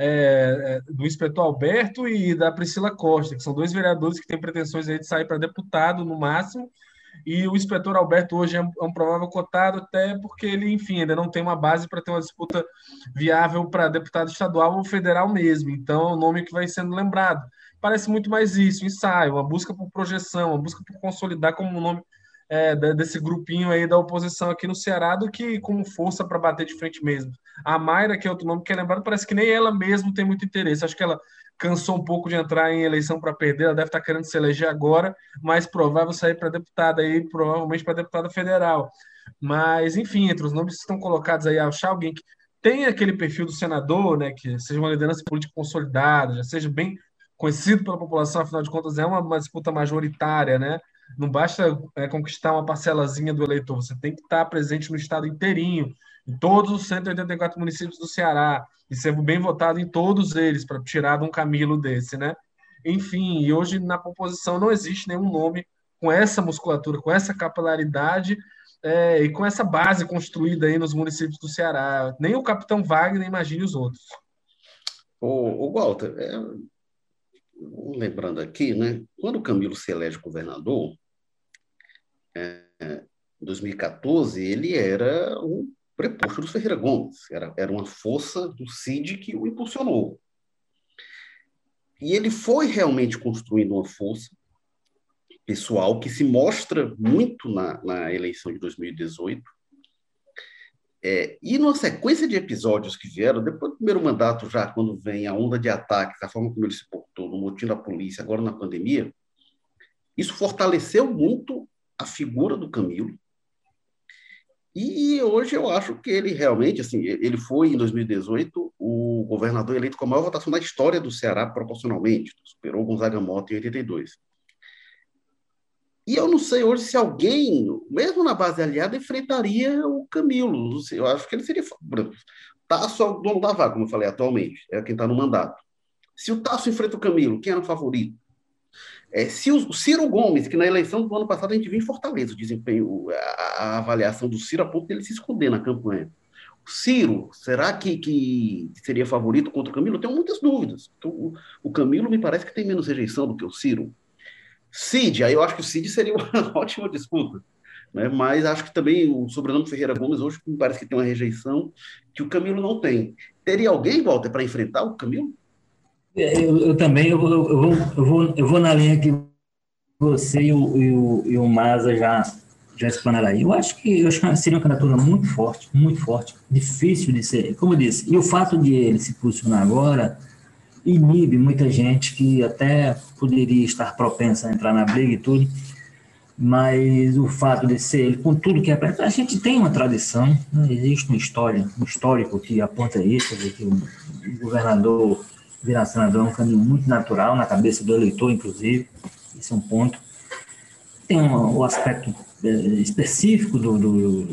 S3: é, do inspetor Alberto e da Priscila Costa, que são dois vereadores que têm pretensões aí de sair para deputado no máximo, e o inspetor Alberto hoje é um provável cotado, até porque ele, enfim, ainda não tem uma base para ter uma disputa viável para deputado estadual ou federal mesmo. Então, é um nome que vai sendo lembrado. Parece muito mais isso, ensaio, uma busca por projeção, uma busca por consolidar como um nome é, desse grupinho aí da oposição aqui no Ceará do que como força para bater de frente mesmo. A Mayra, que é outro nome que é lembrado, parece que nem ela mesma tem muito interesse. Acho que ela cansou um pouco de entrar em eleição para perder, ela deve estar querendo se eleger agora, mais provável sair para deputada aí, provavelmente para deputada federal. Mas, enfim, entre os nomes que estão colocados aí, achar alguém que tem aquele perfil do senador, né, que seja uma liderança política consolidada, já seja bem conhecido pela população, afinal de contas é uma, uma disputa majoritária, né? Não basta é, conquistar uma parcelazinha do eleitor, você tem que estar presente no estado inteirinho, em todos os cento e oitenta e quatro municípios do Ceará, e ser bem votado em todos eles, para tirar de um Camilo desse, né? Enfim, e hoje na proposição não existe nenhum nome com essa musculatura, com essa capilaridade é, e com essa base construída aí nos municípios do Ceará. Nem o capitão Wagner, imagine os outros.
S1: O, o Walter, é, lembrando aqui, né? Quando o Camilo se elege governador, é, em dois mil e quatorze, ele era um preposto do Ferreira Gomes, era, era uma força do Cid que o impulsionou. E ele foi realmente construindo uma força pessoal que se mostra muito na, na eleição de dois mil e dezoito. É, e numa sequência de episódios que vieram, depois do primeiro mandato, já quando vem a onda de ataques, a forma como ele se portou, no motim da polícia, agora na pandemia, isso fortaleceu muito a figura do Camilo. E hoje eu acho que ele realmente, assim, ele foi, em dois mil e dezoito, o governador eleito com a maior votação da história do Ceará, proporcionalmente, superou Gonzaga Mota em oitenta e dois. E eu não sei hoje se alguém, mesmo na base aliada, enfrentaria o Camilo. Eu acho que ele seria... Tasso é o dono da vaga, como eu falei atualmente, é quem está no mandato. Se o Tasso enfrenta o Camilo, quem era o favorito? É, se o Ciro Gomes, que na eleição do ano passado a gente viu em Fortaleza o desempenho, a, a avaliação do Ciro a ponto dele se esconder na campanha. O Ciro, será que, que seria favorito contra o Camilo? Eu tenho muitas dúvidas. Então, o, o Camilo me parece que tem menos rejeição do que o Ciro. Cid, aí eu acho que o Cid seria uma ótima disputa, né? Mas acho que também o sobrenome Ferreira Gomes hoje me parece que tem uma rejeição que o Camilo não tem. Teria alguém, Walter, para enfrentar o Camilo?
S2: Eu, eu também, eu, eu, eu, vou, eu, vou, eu vou na linha que você e o, e o, e o Maza já, já explanaram aí. Eu acho que, eu acho que seria uma candidatura muito forte, muito forte, difícil de ser, como eu disse. E o fato de ele se posicionar agora inibe muita gente que até poderia estar propensa a entrar na briga e tudo, mas o fato de ser ele, com tudo que é... A gente tem uma tradição, né? Existe uma história, um histórico que aponta isso, que o governador virar senador é um caminho muito natural, na cabeça do eleitor, inclusive, esse é um ponto. Tem um, o aspecto é, específico do, do,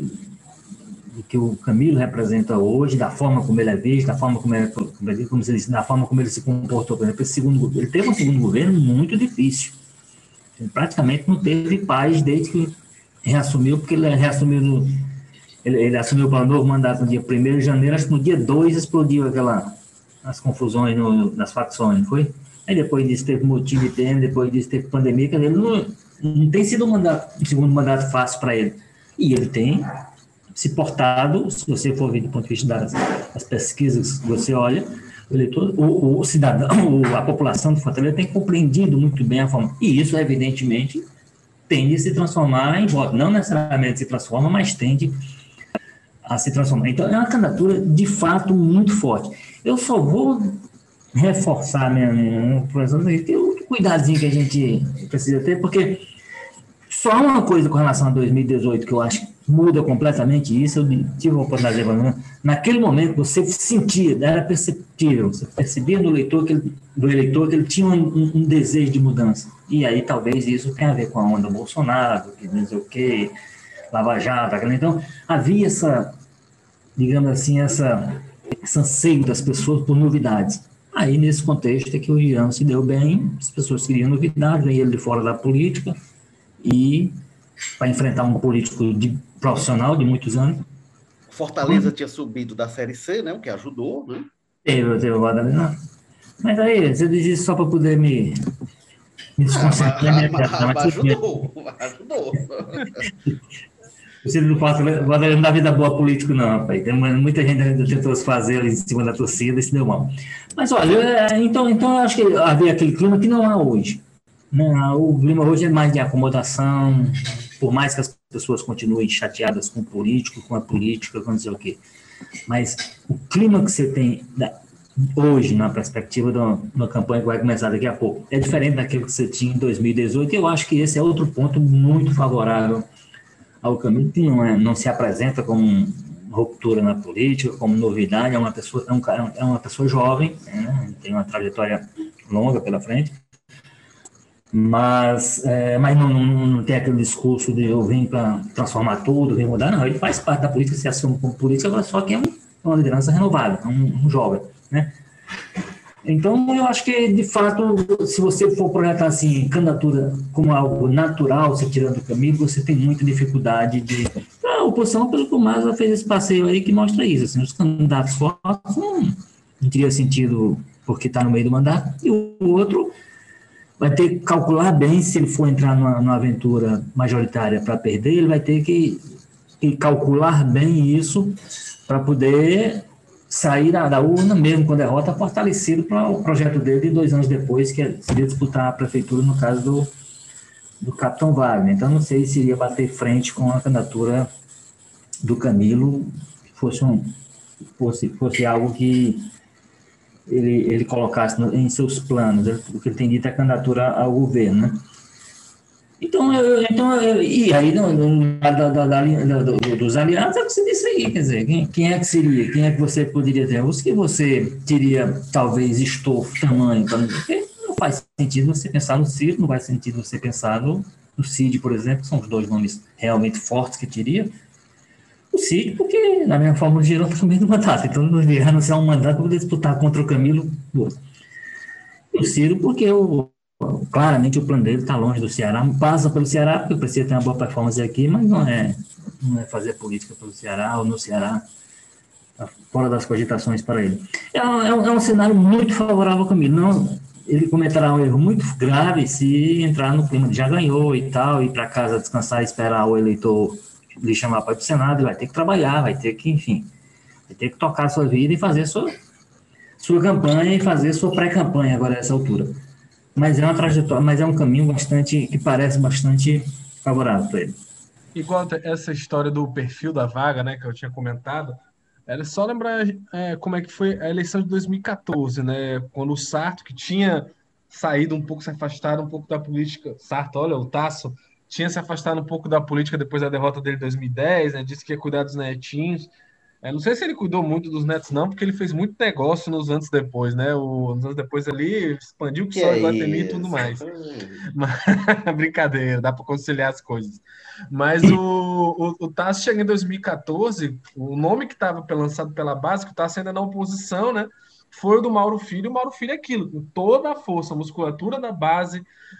S2: do que o Camilo representa hoje, da forma como ele é visto, da forma como ele, como se diz, da forma como ele se comportou. Por exemplo, esse segundo, ele teve um segundo governo muito difícil. Ele praticamente não teve paz desde que reassumiu, porque ele reassumiu no, ele, ele assumiu para o novo mandato no dia primeiro de janeiro, acho que no dia dois explodiu aquela, as confusões no, nas facções, foi? Aí depois disso teve motivo de termo, depois disso teve pandemia, quer dizer, ele não, não tem sido um, mandato, um segundo mandato fácil para ele. E ele tem se portado, se você for ver do ponto de vista das, das pesquisas que você olha, o, eleitor, o, o cidadão, o, a população de Fortaleza tem compreendido muito bem a forma. E isso, evidentemente, tende a se transformar em voto. Não necessariamente se transforma, mas tende a se transformar. Então, é uma candidatura, de fato, muito forte. Eu só vou reforçar a minha, minha posição, tem um cuidadinho que a gente precisa ter, porque só uma coisa com relação a dois mil e dezoito que eu acho que muda completamente isso, eu tive a oportunidade de falar, naquele momento você sentia, era perceptível, você percebia no eleitor que ele, do eleitor que ele tinha um, um, um desejo de mudança, e aí talvez isso tenha a ver com a onda Bolsonaro, que não sei o que, Lava Jato, aquela, então havia essa, digamos assim, essa, esse anseio das pessoas por novidades. Aí nesse contexto é que o Girão se deu bem, as pessoas queriam novidades, veio ele de fora da política, e para enfrentar um político de, profissional de muitos anos.
S1: Fortaleza hum. tinha subido da Série C, né, o que ajudou, né?
S2: Teve, teve não. Mas aí, você diz isso só para poder me, me desconcentrar.
S1: Ah, mas, mas, mas ajudou, ajudou.
S2: Você não pode não dá vida boa político, não, rapaz. Tem muita gente ainda tentou se fazer em cima da torcida e se deu mal. Mas olha, então, então eu acho que havia aquele clima que não há hoje. Não, o clima hoje é mais de acomodação, por mais que as pessoas continuem chateadas com o político, com a política, com não sei o quê. Mas o clima que você tem hoje, na perspectiva de uma, de uma campanha que vai começar daqui a pouco, é diferente daquilo que você tinha em dois mil e dezoito, e eu acho que esse é outro ponto muito favorável ao Camilo, que não, é, não se apresenta como uma ruptura na política, como novidade, é uma pessoa, é um, é uma pessoa jovem, né, tem uma trajetória longa pela frente, mas, é, mas não, não, não tem aquele discurso de eu vim para transformar tudo, vim mudar, não, ele faz parte da política, se assume como política, agora só que é um, uma liderança renovada, um, um jovem, né? Então, eu acho que, de fato, se você for projetar assim, candidatura como algo natural, você tirando o Camilo, você tem muita dificuldade de... A oposição, pelo que o Maza fez esse passeio aí que mostra isso, assim, os candidatos fortes não, não teria sentido porque está no meio do mandato, e o outro vai ter que calcular bem se ele for entrar numa, numa aventura majoritária para perder, ele vai ter que, que calcular bem isso para poder sair da, da urna, mesmo com derrota, fortalecido para o projeto dele de dois anos depois, que seria disputar a prefeitura, no caso do, do Capitão Wagner. Então, não sei se iria bater frente com a candidatura do Camilo, fosse, um, fosse, fosse algo que ele, ele colocasse no, em seus planos, o que ele tem dito é a candidatura ao governo, né? Então, eu, então eu, e aí, no, no, da, da, da, da, do, dos aliados, é o que você disse aí, quer dizer, quem, quem é que seria, quem é que você poderia ter? Os que você teria, talvez, estofo, tamanho, porque não faz sentido você pensar no Ciro, não faz sentido você pensar no, no Cid, por exemplo, que são os dois nomes realmente fortes que teria. O Cid, porque, na minha forma de geral, está no meio do mandato, então não ia anunciar um mandato para poder disputar contra o Camilo. Pô. O Ciro, porque o claramente o plano dele está longe do Ceará, passa pelo Ceará, porque precisa ter uma boa performance aqui, mas não é, não é fazer política pelo Ceará ou no Ceará, tá fora das cogitações para ele. É um, é um, é um cenário muito favorável ao Camilo. Não, ele cometerá um erro muito grave se entrar no clima de já ganhou e tal, ir para casa descansar e esperar o eleitor lhe chamar para o Senado, ele vai ter que trabalhar, vai ter que, enfim, vai ter que tocar a sua vida e fazer sua, sua campanha e fazer sua pré-campanha agora nessa altura. Mas é uma trajetória, mas é um caminho bastante, que parece bastante favorável para ele.
S3: Igual essa história do perfil da vaga, né, que eu tinha comentado, era só lembrar é, como é que foi a eleição de dois mil e quatorze, né, quando o Sarto, que tinha saído um pouco, se afastado um pouco da política, Sarto, olha, o Tasso, tinha se afastado um pouco da política depois da derrota dele em dois mil e dez, né, disse que ia cuidar dos netinhos. É, não sei se ele cuidou muito dos netos, não, porque ele fez muito negócio nos anos depois, né? O, nos anos depois ali, expandiu o
S1: Que
S3: Sol
S1: é
S3: Iguatemi e tudo
S1: isso?
S3: mais. Mas, brincadeira, dá para conciliar as coisas. Mas o, o, o Tasso chega em dois mil e quatorze, o nome que estava lançado pela base, que o Tasso ainda na oposição, né? Foi o do Mauro Filho, e o Mauro Filho é aquilo, com toda a força, a musculatura da base,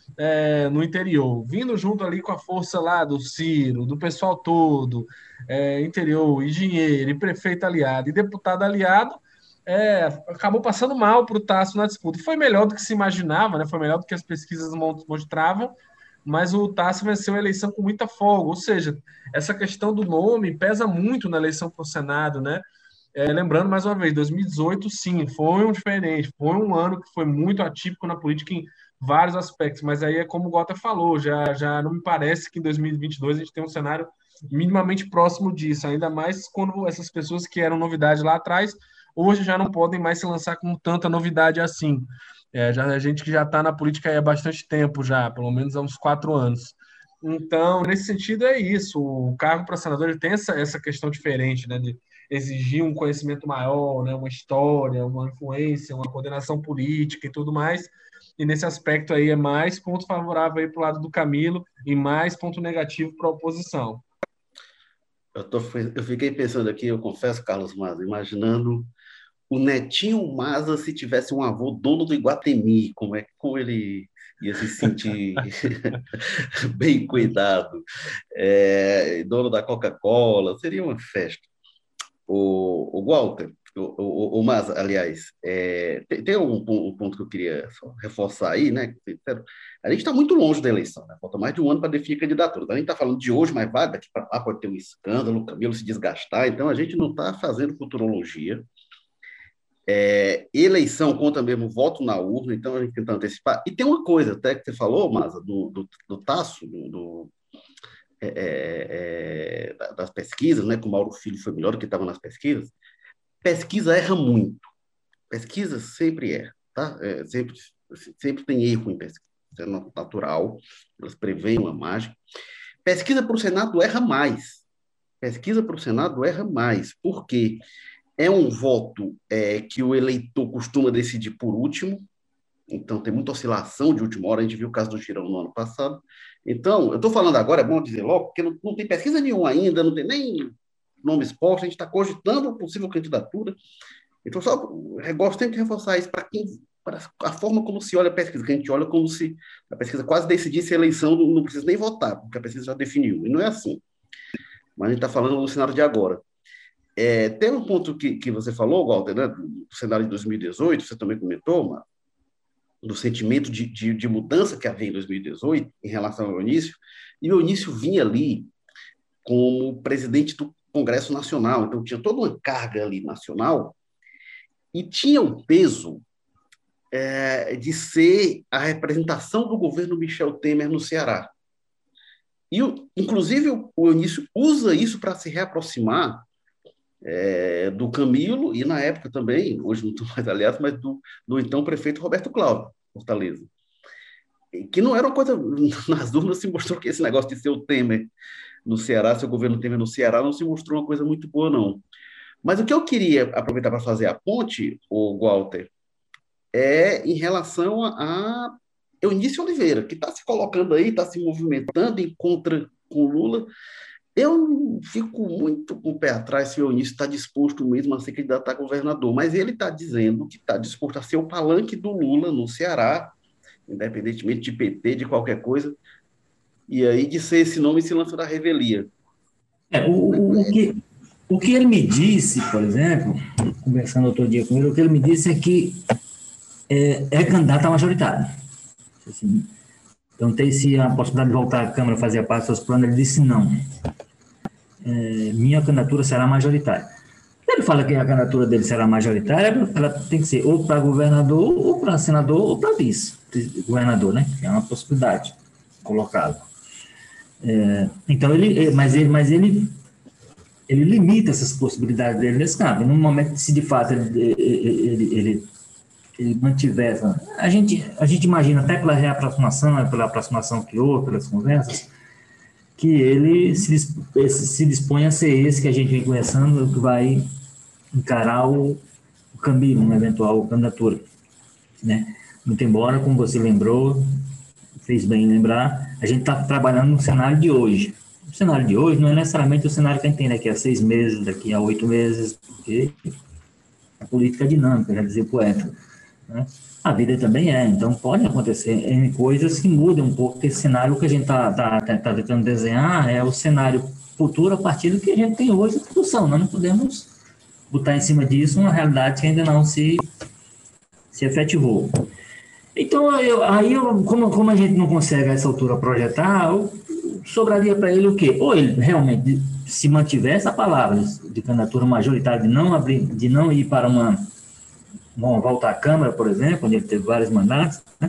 S3: é, no interior, vindo junto ali com a força lá do Ciro, do pessoal todo, é, interior, engenheiro, e prefeito aliado, e deputado aliado, é, acabou passando mal para o Tasso na disputa. Foi melhor do que se imaginava, né? Foi melhor do que as pesquisas mostravam, mas o Tasso venceu a eleição com muita folga, ou seja, essa questão do nome pesa muito na eleição para o Senado, né? É, lembrando mais uma vez, dois mil e dezoito, sim, foi um diferente, foi um ano que foi muito atípico na política em vários aspectos, mas aí é como o Gota falou, já, já não me parece que em dois mil e vinte e dois a gente tem um cenário minimamente próximo disso, ainda mais quando essas pessoas que eram novidade lá atrás, hoje já não podem mais se lançar com tanta novidade assim. É, já, a gente que já está na política há bastante tempo já, pelo menos há uns quatro anos. Então, nesse sentido, é isso. O cargo para senador ele tem essa, essa questão diferente, né, de exigir um conhecimento maior, né, uma história, uma influência, uma coordenação política e tudo mais. E nesse aspecto aí é mais ponto favorável para o lado do Camilo e mais ponto negativo para a oposição.
S1: Eu, tô, eu fiquei pensando aqui, eu confesso, Carlos Maza, imaginando o netinho Maza se tivesse um avô dono do Iguatemi, como é como ele ia se sentir bem cuidado, é, dono da Coca-Cola, seria uma festa. O, o Walter, o, o, o Maza, aliás, é, tem, tem um, um ponto que eu queria só reforçar aí, né? A gente está muito longe da eleição, né? Falta mais de um ano para definir a candidatura. Então, a gente está falando de hoje, mas vai, daqui para lá pode ter um escândalo, o Camilo se desgastar. Então, a gente não está fazendo futurologia. É, eleição conta mesmo voto na urna, então a gente tenta antecipar. E tem uma coisa até que você falou, Maza, do, do, do Tasso, do, do é, é, das pesquisas, né, que o Mauro Filho foi melhor do que estava nas pesquisas, pesquisa erra muito. Pesquisa sempre erra, tá? É, sempre, sempre tem erro em pesquisa. Isso é natural, elas preveem uma margem. Pesquisa para o Senado erra mais. Pesquisa para o Senado erra mais. Por quê? É um voto é, que o eleitor costuma decidir por último, então tem muita oscilação de última hora, a gente viu o caso do Girão no ano passado. Então, eu estou falando agora, é bom dizer logo, porque não, não tem pesquisa nenhuma ainda, não tem nem nome exposto, a gente está cogitando a possível candidatura. Então, só gosto sempre de reforçar isso para quem, para a forma como se olha a pesquisa, que a gente olha como se a pesquisa quase decidisse a eleição, não, não precisa nem votar, porque a pesquisa já definiu, e não é assim. Mas a gente está falando no cenário de agora. É, tem um ponto que, que você falou, Walter, né, do cenário de dois mil e dezoito, você também comentou, mas, do sentimento de, de, de mudança que havia em dois mil e dezoito em relação ao Eunício, e o Eunício vinha ali como presidente do Congresso Nacional, então tinha toda uma carga ali nacional, e tinha o peso é, de ser a representação do governo Michel Temer no Ceará. E, inclusive, o Eunício usa isso para se reaproximar é, do Camilo, e na época também, hoje não estou mais aliado, mas do, do então prefeito Roberto Cláudio, Fortaleza. Que não era uma coisa, nas urnas se mostrou que esse negócio de ser o Temer no Ceará, seu governo Temer no Ceará, não se mostrou uma coisa muito boa, não. Mas o que eu queria aproveitar para fazer a ponte, o Walter, é em relação a Eunício Oliveira, que está se colocando aí, está se movimentando em contra com Lula. Eu fico muito com o pé atrás se o Eunício está disposto mesmo a ser candidato a governador, mas ele está dizendo que está disposto a ser o palanque do Lula no Ceará, independentemente de P T, de qualquer coisa, e aí de ser esse nome se lança da revelia.
S2: É, o, o, que, o que ele me disse, por exemplo, conversando outro dia com ele, o que ele me disse é que é, é candidato a majoritário. Assim, perguntei se a possibilidade de voltar à Câmara fazia parte dos seus planos, ele disse não. É, minha candidatura será majoritária. Ele fala que a candidatura dele será majoritária, ela tem que ser ou para governador, ou para senador, ou para vice-governador, né? É uma possibilidade colocada. É, então, ele, mas, ele, mas ele, ele limita essas possibilidades dele nesse caso. No momento que, se de fato ele, ele, ele, ele mantiver essa... A gente, a gente imagina, até pela reaproximação, pela aproximação que houve, pelas conversas, que ele se, se dispõe a ser esse que a gente vem conversando, que vai encarar o, o caminho, uma eventual candidatura, né? Muito embora, como você lembrou, fez bem lembrar, a gente está trabalhando no cenário de hoje. O cenário de hoje não é necessariamente o cenário que a gente tem daqui a seis meses, daqui a oito meses, porque a política é dinâmica, já dizia o poeta, né? A vida também é, então pode acontecer em coisas que mudam um pouco esse cenário. Que a gente está tá, tá, tá tentando desenhar é o cenário futuro a partir do que a gente tem hoje de produção. Nós não podemos botar em cima disso uma realidade que ainda não se, se efetivou. Então, eu, aí, eu, como, como a gente não consegue a essa altura projetar, eu, sobraria para ele o quê? Ou ele realmente se mantiver essa palavra de candidatura majoritária, de não, abrir, de não ir para uma... uma volta à Câmara, por exemplo, onde ele teve vários mandatos, né?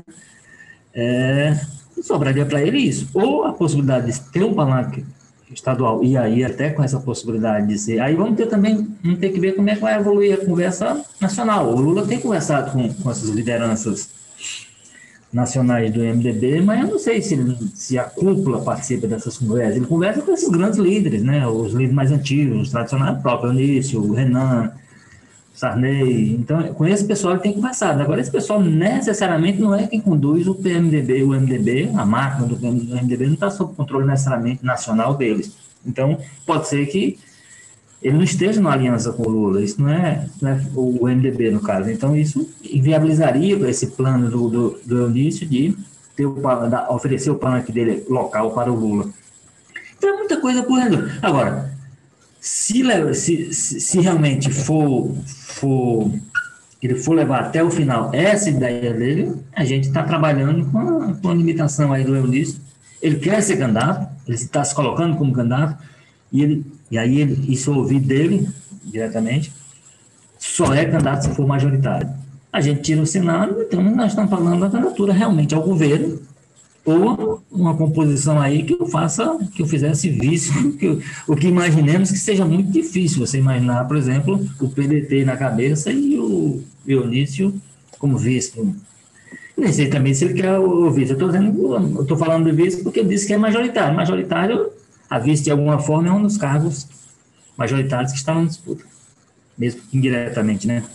S2: É, sobraria para ele isso. Ou a possibilidade de ter um palanque estadual, e aí até com essa possibilidade de ser... Aí vamos ter também, vamos ter que ver como é que vai evoluir a conversa nacional. O Lula tem conversado com, com essas lideranças nacionais do M D B, mas eu não sei se, se a cúpula participa dessas conversas. Ele conversa com esses grandes líderes, né? Os líderes mais antigos, os tradicionais, o próprio Eunício, o Renan, Sarney. Então, com esse pessoal ele tem conversado. Agora, esse pessoal necessariamente não é quem conduz o P M D B. O M D B, a máquina do M D B, não está sob controle necessariamente nacional deles. Então, pode ser que ele não esteja numa aliança com o Lula. Isso não é, não é o M D B, no caso. Então, isso inviabilizaria esse plano do, do, do Eunício de ter o, da, oferecer o plano dele local para o Lula. Então, é muita coisa por dentro. Agora, Se, se, se realmente for, for, ele for levar até o final essa ideia dele, a gente está trabalhando com a, com a limitação aí do Eunício. Ele quer ser candidato, ele está se colocando como candidato, e, ele, e aí ele, isso eu ouvi dele diretamente, só é candidato se for majoritário. A gente tira o Senado, então nós estamos falando da candidatura realmente ao governo, ou uma composição aí que eu faça, que eu fizesse vice, que eu, o que imaginemos que seja muito difícil você imaginar, por exemplo, o P D T na cabeça e o Dionísio como vice. Nem sei também se ele quer o vice. Eu estou dizendo, eu estou falando do vice porque ele disse que é majoritário. Majoritário, a vice de alguma forma é um dos cargos majoritários que estão em disputa, mesmo indiretamente, né?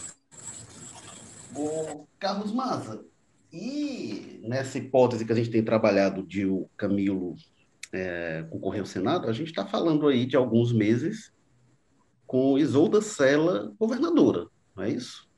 S1: O Carlos Maza, e nessa hipótese que a gente tem trabalhado de o Camilo é, concorrer ao Senado, a gente está falando aí de alguns meses com Isolda Sela governadora, não é isso?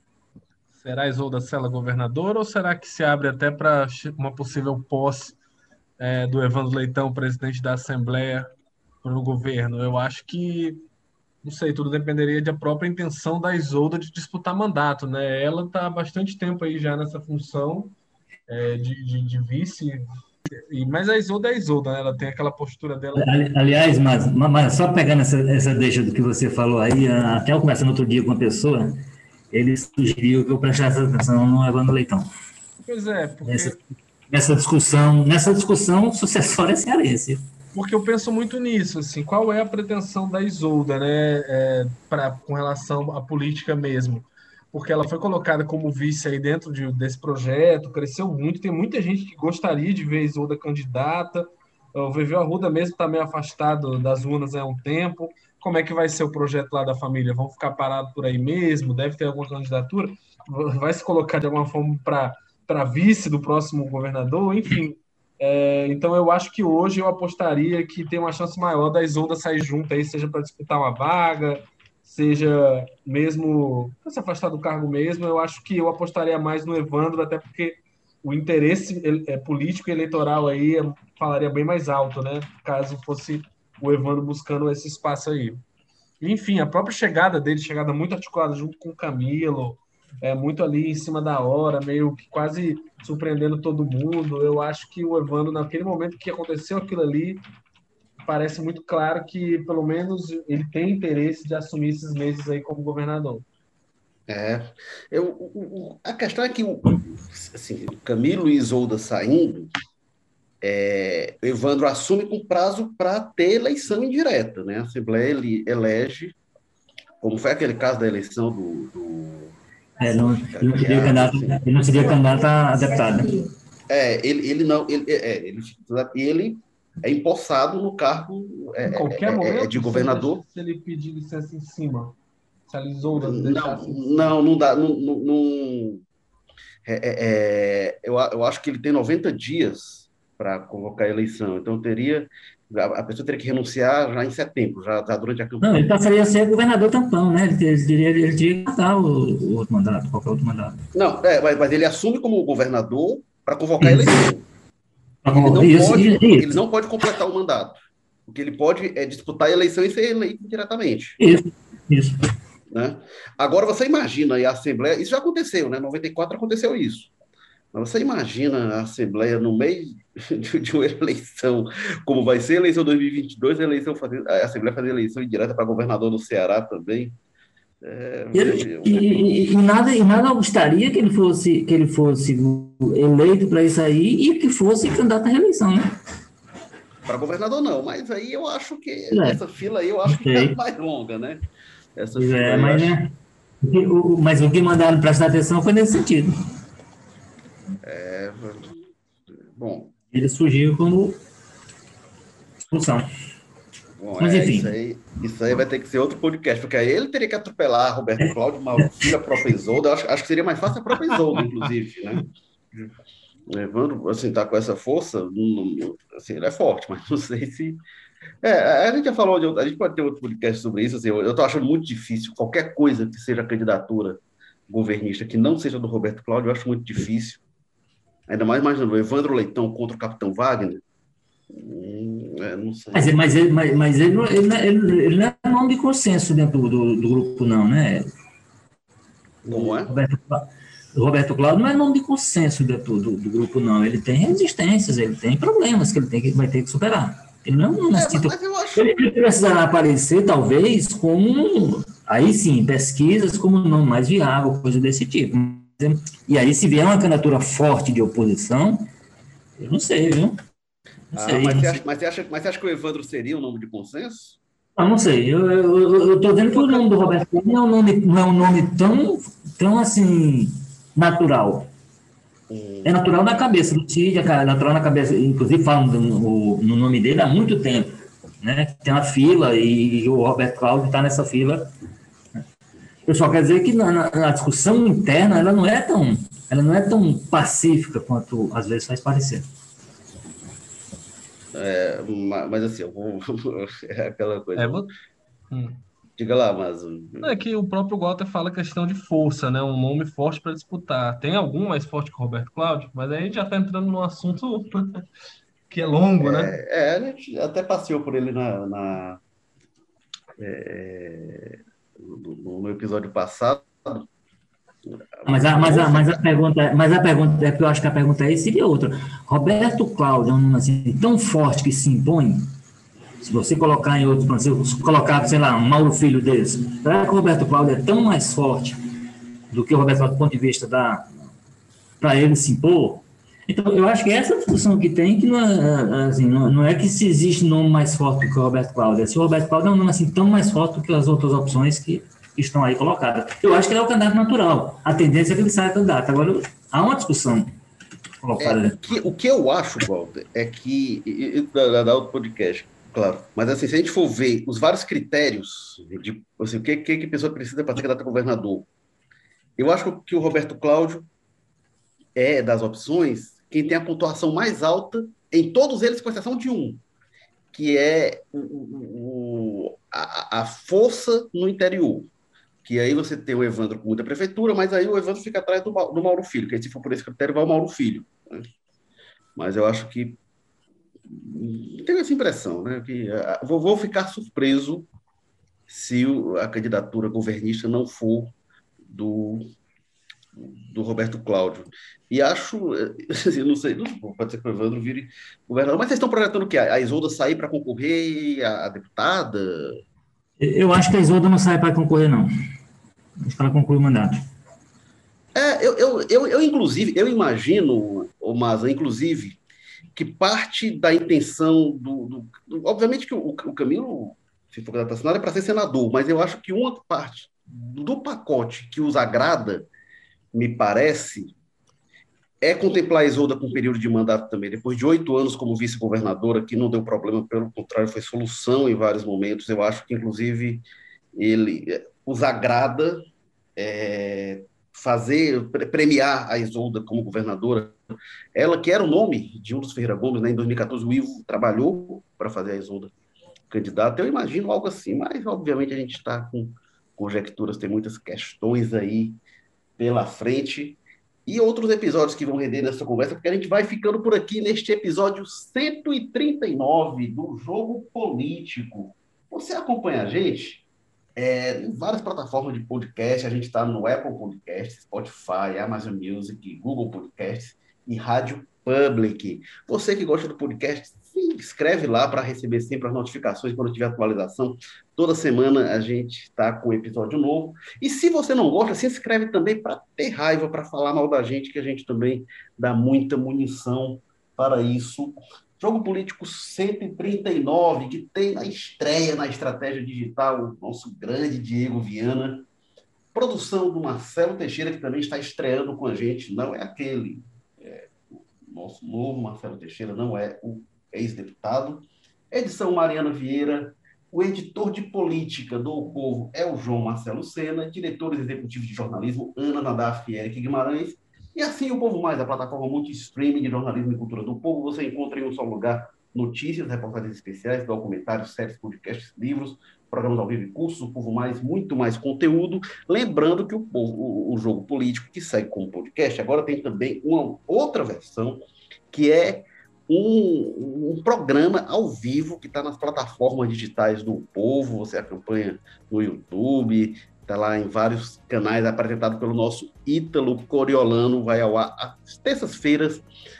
S3: Será Isolda Sela governadora ou será que se abre até para uma possível posse é, do Evandro Leitão, presidente da Assembleia, no governo? Eu acho que, não sei, tudo dependeria da própria intenção da Isolda de disputar mandato, né? Ela está há bastante tempo aí já nessa função é, de, de, de vice, e, mas a Isolda é a Isolda, né? Ela tem aquela postura dela.
S2: Aliás, mas, mas só pegando essa, essa deixa do que você falou aí, até eu conversando outro dia com uma pessoa, ele sugeriu que eu prestasse atenção no Evandro Leitão.
S3: Pois é, porque...
S2: Nessa, nessa discussão, nessa discussão sucessória cearense.
S3: Porque eu penso muito nisso, assim, qual é a pretensão da Isolda, né, é, pra, com relação à política mesmo? Porque ela foi colocada como vice aí dentro de, desse projeto, cresceu muito, tem muita gente que gostaria de ver a Isolda candidata, o Viveu Arruda mesmo está meio afastado das urnas há um tempo. Como é que vai ser o projeto lá da família? Vão ficar parados por aí mesmo? Deve ter alguma candidatura? Vai se colocar de alguma forma para vice do próximo governador? Enfim, é, então eu acho que hoje eu apostaria que tem uma chance maior da Isolda sair junto aí, seja para disputar uma vaga, seja mesmo para se afastar do cargo mesmo. Eu acho que eu apostaria mais no Evandro, até porque o interesse político e eleitoral aí falaria bem mais alto, né? Caso fosse o Evandro buscando esse espaço aí. Enfim, a própria chegada dele, chegada muito articulada junto com o Camilo, é, muito ali em cima da hora, meio que quase surpreendendo todo mundo. Eu acho que o Evandro, naquele momento que aconteceu aquilo ali, parece muito claro que, pelo menos, ele tem interesse de assumir esses meses aí como governador.
S1: É, eu, o, a questão é que o, assim, Camilo e Isolda saindo, é, o Evandro assume com prazo para ter eleição indireta, né? A Assembleia ele, elege, como foi aquele caso da eleição do... do
S2: é, não, ele, não seria candidato, assim, ele não seria candidato a deputado, né?
S1: É, ele, ele não... Ele é, ele, ele é empossado no cargo é,
S3: em qualquer
S1: é,
S3: momento,
S1: é de governador.
S3: Se ele pedir licença em cima... Não,
S1: não, não dá. Não, não, não é, é, eu, eu acho que ele tem noventa dias para convocar a eleição, então teria a pessoa teria que renunciar já em setembro, já, já durante a campanha.
S2: Não, ele passaria a ser governador tampão, né? Ele teria, ele teria que matar o, o outro mandato, qualquer outro mandato.
S1: Não, é, mas, mas ele assume como governador para convocar isso. a eleição. Ele não,
S2: isso,
S1: pode,
S2: isso.
S1: ele não pode completar o mandato. O que ele pode é disputar a eleição e ser eleito diretamente.
S2: Isso, isso.
S1: Né? Agora você imagina aí a Assembleia, isso já aconteceu, né? Em noventa e quatro aconteceu isso. Mas você imagina a Assembleia no meio de, de uma eleição, como vai ser a eleição dois mil e vinte e dois, a, eleição fazer, a Assembleia fazer eleição indireta para governador do Ceará também. É,
S2: ele, e, e, e, nada, e nada gostaria que ele fosse, que ele fosse eleito para isso aí e que fosse candidato à reeleição, né?
S1: Para governador não, mas aí eu acho que é. essa fila aí eu acho que é mais longa, né? Essa
S2: é, mas, acho... né, o, mas o que mandaram prestar atenção foi nesse sentido.
S1: É, bom.
S2: Ele surgiu como expulsão.
S1: Bom,
S2: mas
S1: é,
S2: enfim.
S1: Isso aí, isso aí vai ter que ser outro podcast, porque aí ele teria que atropelar Roberto Cláudio, Maurício, a própria Isolda. Acho, acho que seria mais fácil a própria Isolda, inclusive, né? O Evandro, assim, tá com essa força, assim, ele é forte, mas não sei se... É, a gente já falou, de, a gente pode ter outro podcast sobre isso, assim, eu estou achando muito difícil, qualquer coisa que seja candidatura governista que não seja do Roberto Cláudio, eu acho muito difícil. Ainda mais imaginando o Evandro Leitão contra o Capitão Wagner. Hum, é, não sei.
S2: Mas, mas, ele, mas, mas ele, não, ele, ele, ele não é nome de consenso dentro do, do, do grupo, não, né?
S1: Como é?
S2: Roberto, Roberto Cláudio não é nome de consenso dentro do, do grupo, não. Ele tem resistências, ele tem problemas que ele tem que, vai ter que superar. Ele não, não é, mas eu acho... Ele precisará aparecer, talvez, como, aí sim, pesquisas como nome mais viável, coisa desse tipo. E aí, se vier uma candidatura forte de oposição, Eu não sei, viu? Não
S1: Ah,
S2: sei,
S1: mas,
S2: não
S1: você
S2: sei.
S1: acha, mas, você acha, mas você acha que o Evandro seria um nome de consenso?
S2: Ah, não sei. Eu, eu, eu eu tô vendo que o nome do Roberto Cláudio não é um nome, não é um nome tão, tão assim, natural. É
S1: Hum,
S2: natural na cabeça do Cid, é natural na cabeça, inclusive falam no, no nome dele há muito tempo, né? Tem uma fila e o Roberto Cláudio está nessa fila. Eu só quero dizer que na, na, na discussão interna ela não é tão, ela não é tão pacífica quanto às vezes faz parecer.
S1: é, ma- mas assim, eu vou, é aquela coisa.
S3: É,
S1: eu-
S3: vo- hum.
S1: Diga lá, mas
S3: Não, é que o próprio Walter fala questão de força, né? Um nome forte para disputar. Tem algum mais forte que o Roberto Cláudio? Mas aí a gente já está entrando num assunto que é longo, né?
S1: é, a gente até passeou por ele na, na- no, no episódio passado.
S2: Mas a, mas,
S1: Vou
S2: a, mas, a
S1: ficar.
S2: pergunta, mas a pergunta é que eu acho que a pergunta aí seria outra. Roberto Cláudio é um nome assim, tão forte que se impõe. Se você colocar em outro, se você colocar, sei lá, um Mauro Filho desse, será que o Roberto Cláudio é tão mais forte do que o Roberto Cláudio do ponto de vista da para ele se impor? Então, eu acho que essa discussão que tem, que não é, assim, não, não é que se existe nome mais forte do que o Roberto Cláudio, é se o Roberto Cláudio é um nome assim, tão mais forte do que as outras opções que estão aí colocadas. Eu acho que ele é o candidato natural. A tendência é que ele saia candidato. Agora, há uma discussão
S1: É,
S2: colocada
S1: o
S2: ali.
S1: que, o que eu acho, Walter, é que. e- e- Da, da outro podcast, claro. Mas assim, se a gente for ver os vários critérios de assim, o que, que, que a pessoa precisa para ser candidata a governador, eu acho que o Roberto Cláudio é, das opções, quem tem a pontuação mais alta em todos eles, com exceção de um, que é o, o- a, a força no interior. Que aí você tem o Evandro com muita prefeitura, mas aí o Evandro fica atrás do, do Mauro Filho, que aí se for por esse critério, vai o Mauro Filho. Né? Mas eu acho que tenho essa impressão, né? Que uh, vou, vou ficar surpreso se o, a candidatura governista não for do, do Roberto Cláudio. E acho, assim, não sei, não, pode ser que o Evandro vire governador, mas vocês estão projetando o quê? A Isolda sair para concorrer, a, a deputada?
S2: Eu acho que a Isolda não sai para concorrer, não. Acho que ela conclui o mandato.
S1: É, eu, eu, eu, eu, inclusive, eu imagino, ô Maza, inclusive, que parte da intenção do. do, do obviamente que o, o Camilo, se for candidato a senador, é para ser senador, mas eu acho que uma parte do pacote que os agrada, me parece, é contemplar a Isolda com um período de mandato também. Depois de oito anos como vice-governadora, que não deu problema, pelo contrário, foi solução em vários momentos. Eu acho que, inclusive, ele os agrada é, fazer, premiar a Isolda como governadora. Ela, que era o nome de um dos Ferreira Gomes, né? Em dois mil e quatorze, o Ivo trabalhou para fazer a Isolda candidata. Eu imagino algo assim, mas, obviamente, a gente está com conjecturas, tem muitas questões aí pela frente e outros episódios que vão render nessa conversa, porque a gente vai ficando por aqui neste episódio cento e trinta e nove do Jogo Político. Você acompanha a gente é, em várias plataformas de podcast, a gente está no Apple Podcasts, Spotify, Amazon Music, Google Podcasts e Rádio Public. Você que gosta do podcast, se inscreve lá para receber sempre as notificações quando tiver atualização. Toda semana a gente está com um episódio novo. E se você não gosta, se inscreve também para ter raiva, para falar mal da gente, que a gente também dá muita munição para isso. Jogo Político cento e trinta e nove, que tem a estreia na estratégia digital o nosso grande Diego Viana. Produção do Marcelo Teixeira, que também está estreando com a gente. Não é aquele. É, o nosso novo Marcelo Teixeira, não é o ex-deputado. Edição Mariana Vieira. O editor de política do O Povo é o João Marcelo Sena. Diretores executivos de jornalismo, Ana Nadaf e Eric Guimarães. E assim o Povo Mais, a plataforma multi-streaming de jornalismo e cultura do povo, você encontra em um só lugar notícias, reportagens especiais, documentários, séries, podcasts, livros, programas ao vivo e cursos, o Povo Mais, muito mais conteúdo. Lembrando que o, povo, o, o Jogo Político, que segue como podcast, agora tem também uma outra versão, que é um, um programa ao vivo que está nas plataformas digitais do Povo, você acompanha no YouTube, está lá em vários canais, apresentado pelo nosso Ítalo Coriolano, vai ao ar às terças-feiras,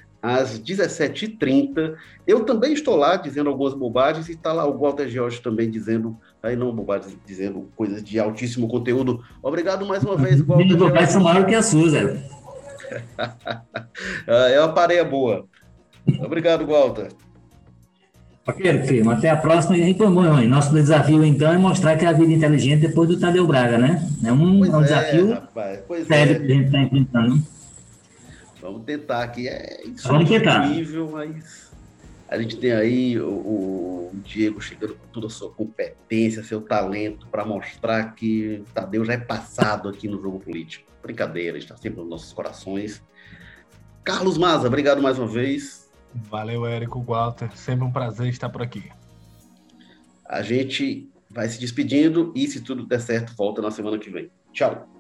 S1: às dezessete e trinta. Eu também estou lá dizendo algumas bobagens, e está lá o Walter George também dizendo, aí não bobagens, dizendo coisas de altíssimo conteúdo. Obrigado mais uma vez, Walter George.
S2: Vai ser maior que a sua, Zé.
S1: É uma pareia boa. Obrigado, Walter.
S2: Ok, firme. Até a próxima. E, pô, mãe, nosso desafio, então, é mostrar que a vida inteligente depois do Tadeu Braga, né? É um,
S1: Pois
S2: é um
S1: é,
S2: desafio
S1: rapaz, pois
S2: sério
S1: é.
S2: que a gente está enfrentando.
S1: Vamos tentar aqui. É
S2: Vamos tentar.
S1: insubstituível, mas a gente tem aí o, o Diego chegando com toda a sua competência, seu talento, para mostrar que o Tadeu já é passado aqui no jogo político. Brincadeira, está sempre nos nossos corações. Carlos Maza, obrigado mais uma vez.
S3: Valeu, Érico, Walter. Sempre um prazer estar por aqui.
S1: A gente vai se despedindo e, se tudo der certo, volta na semana que vem. Tchau.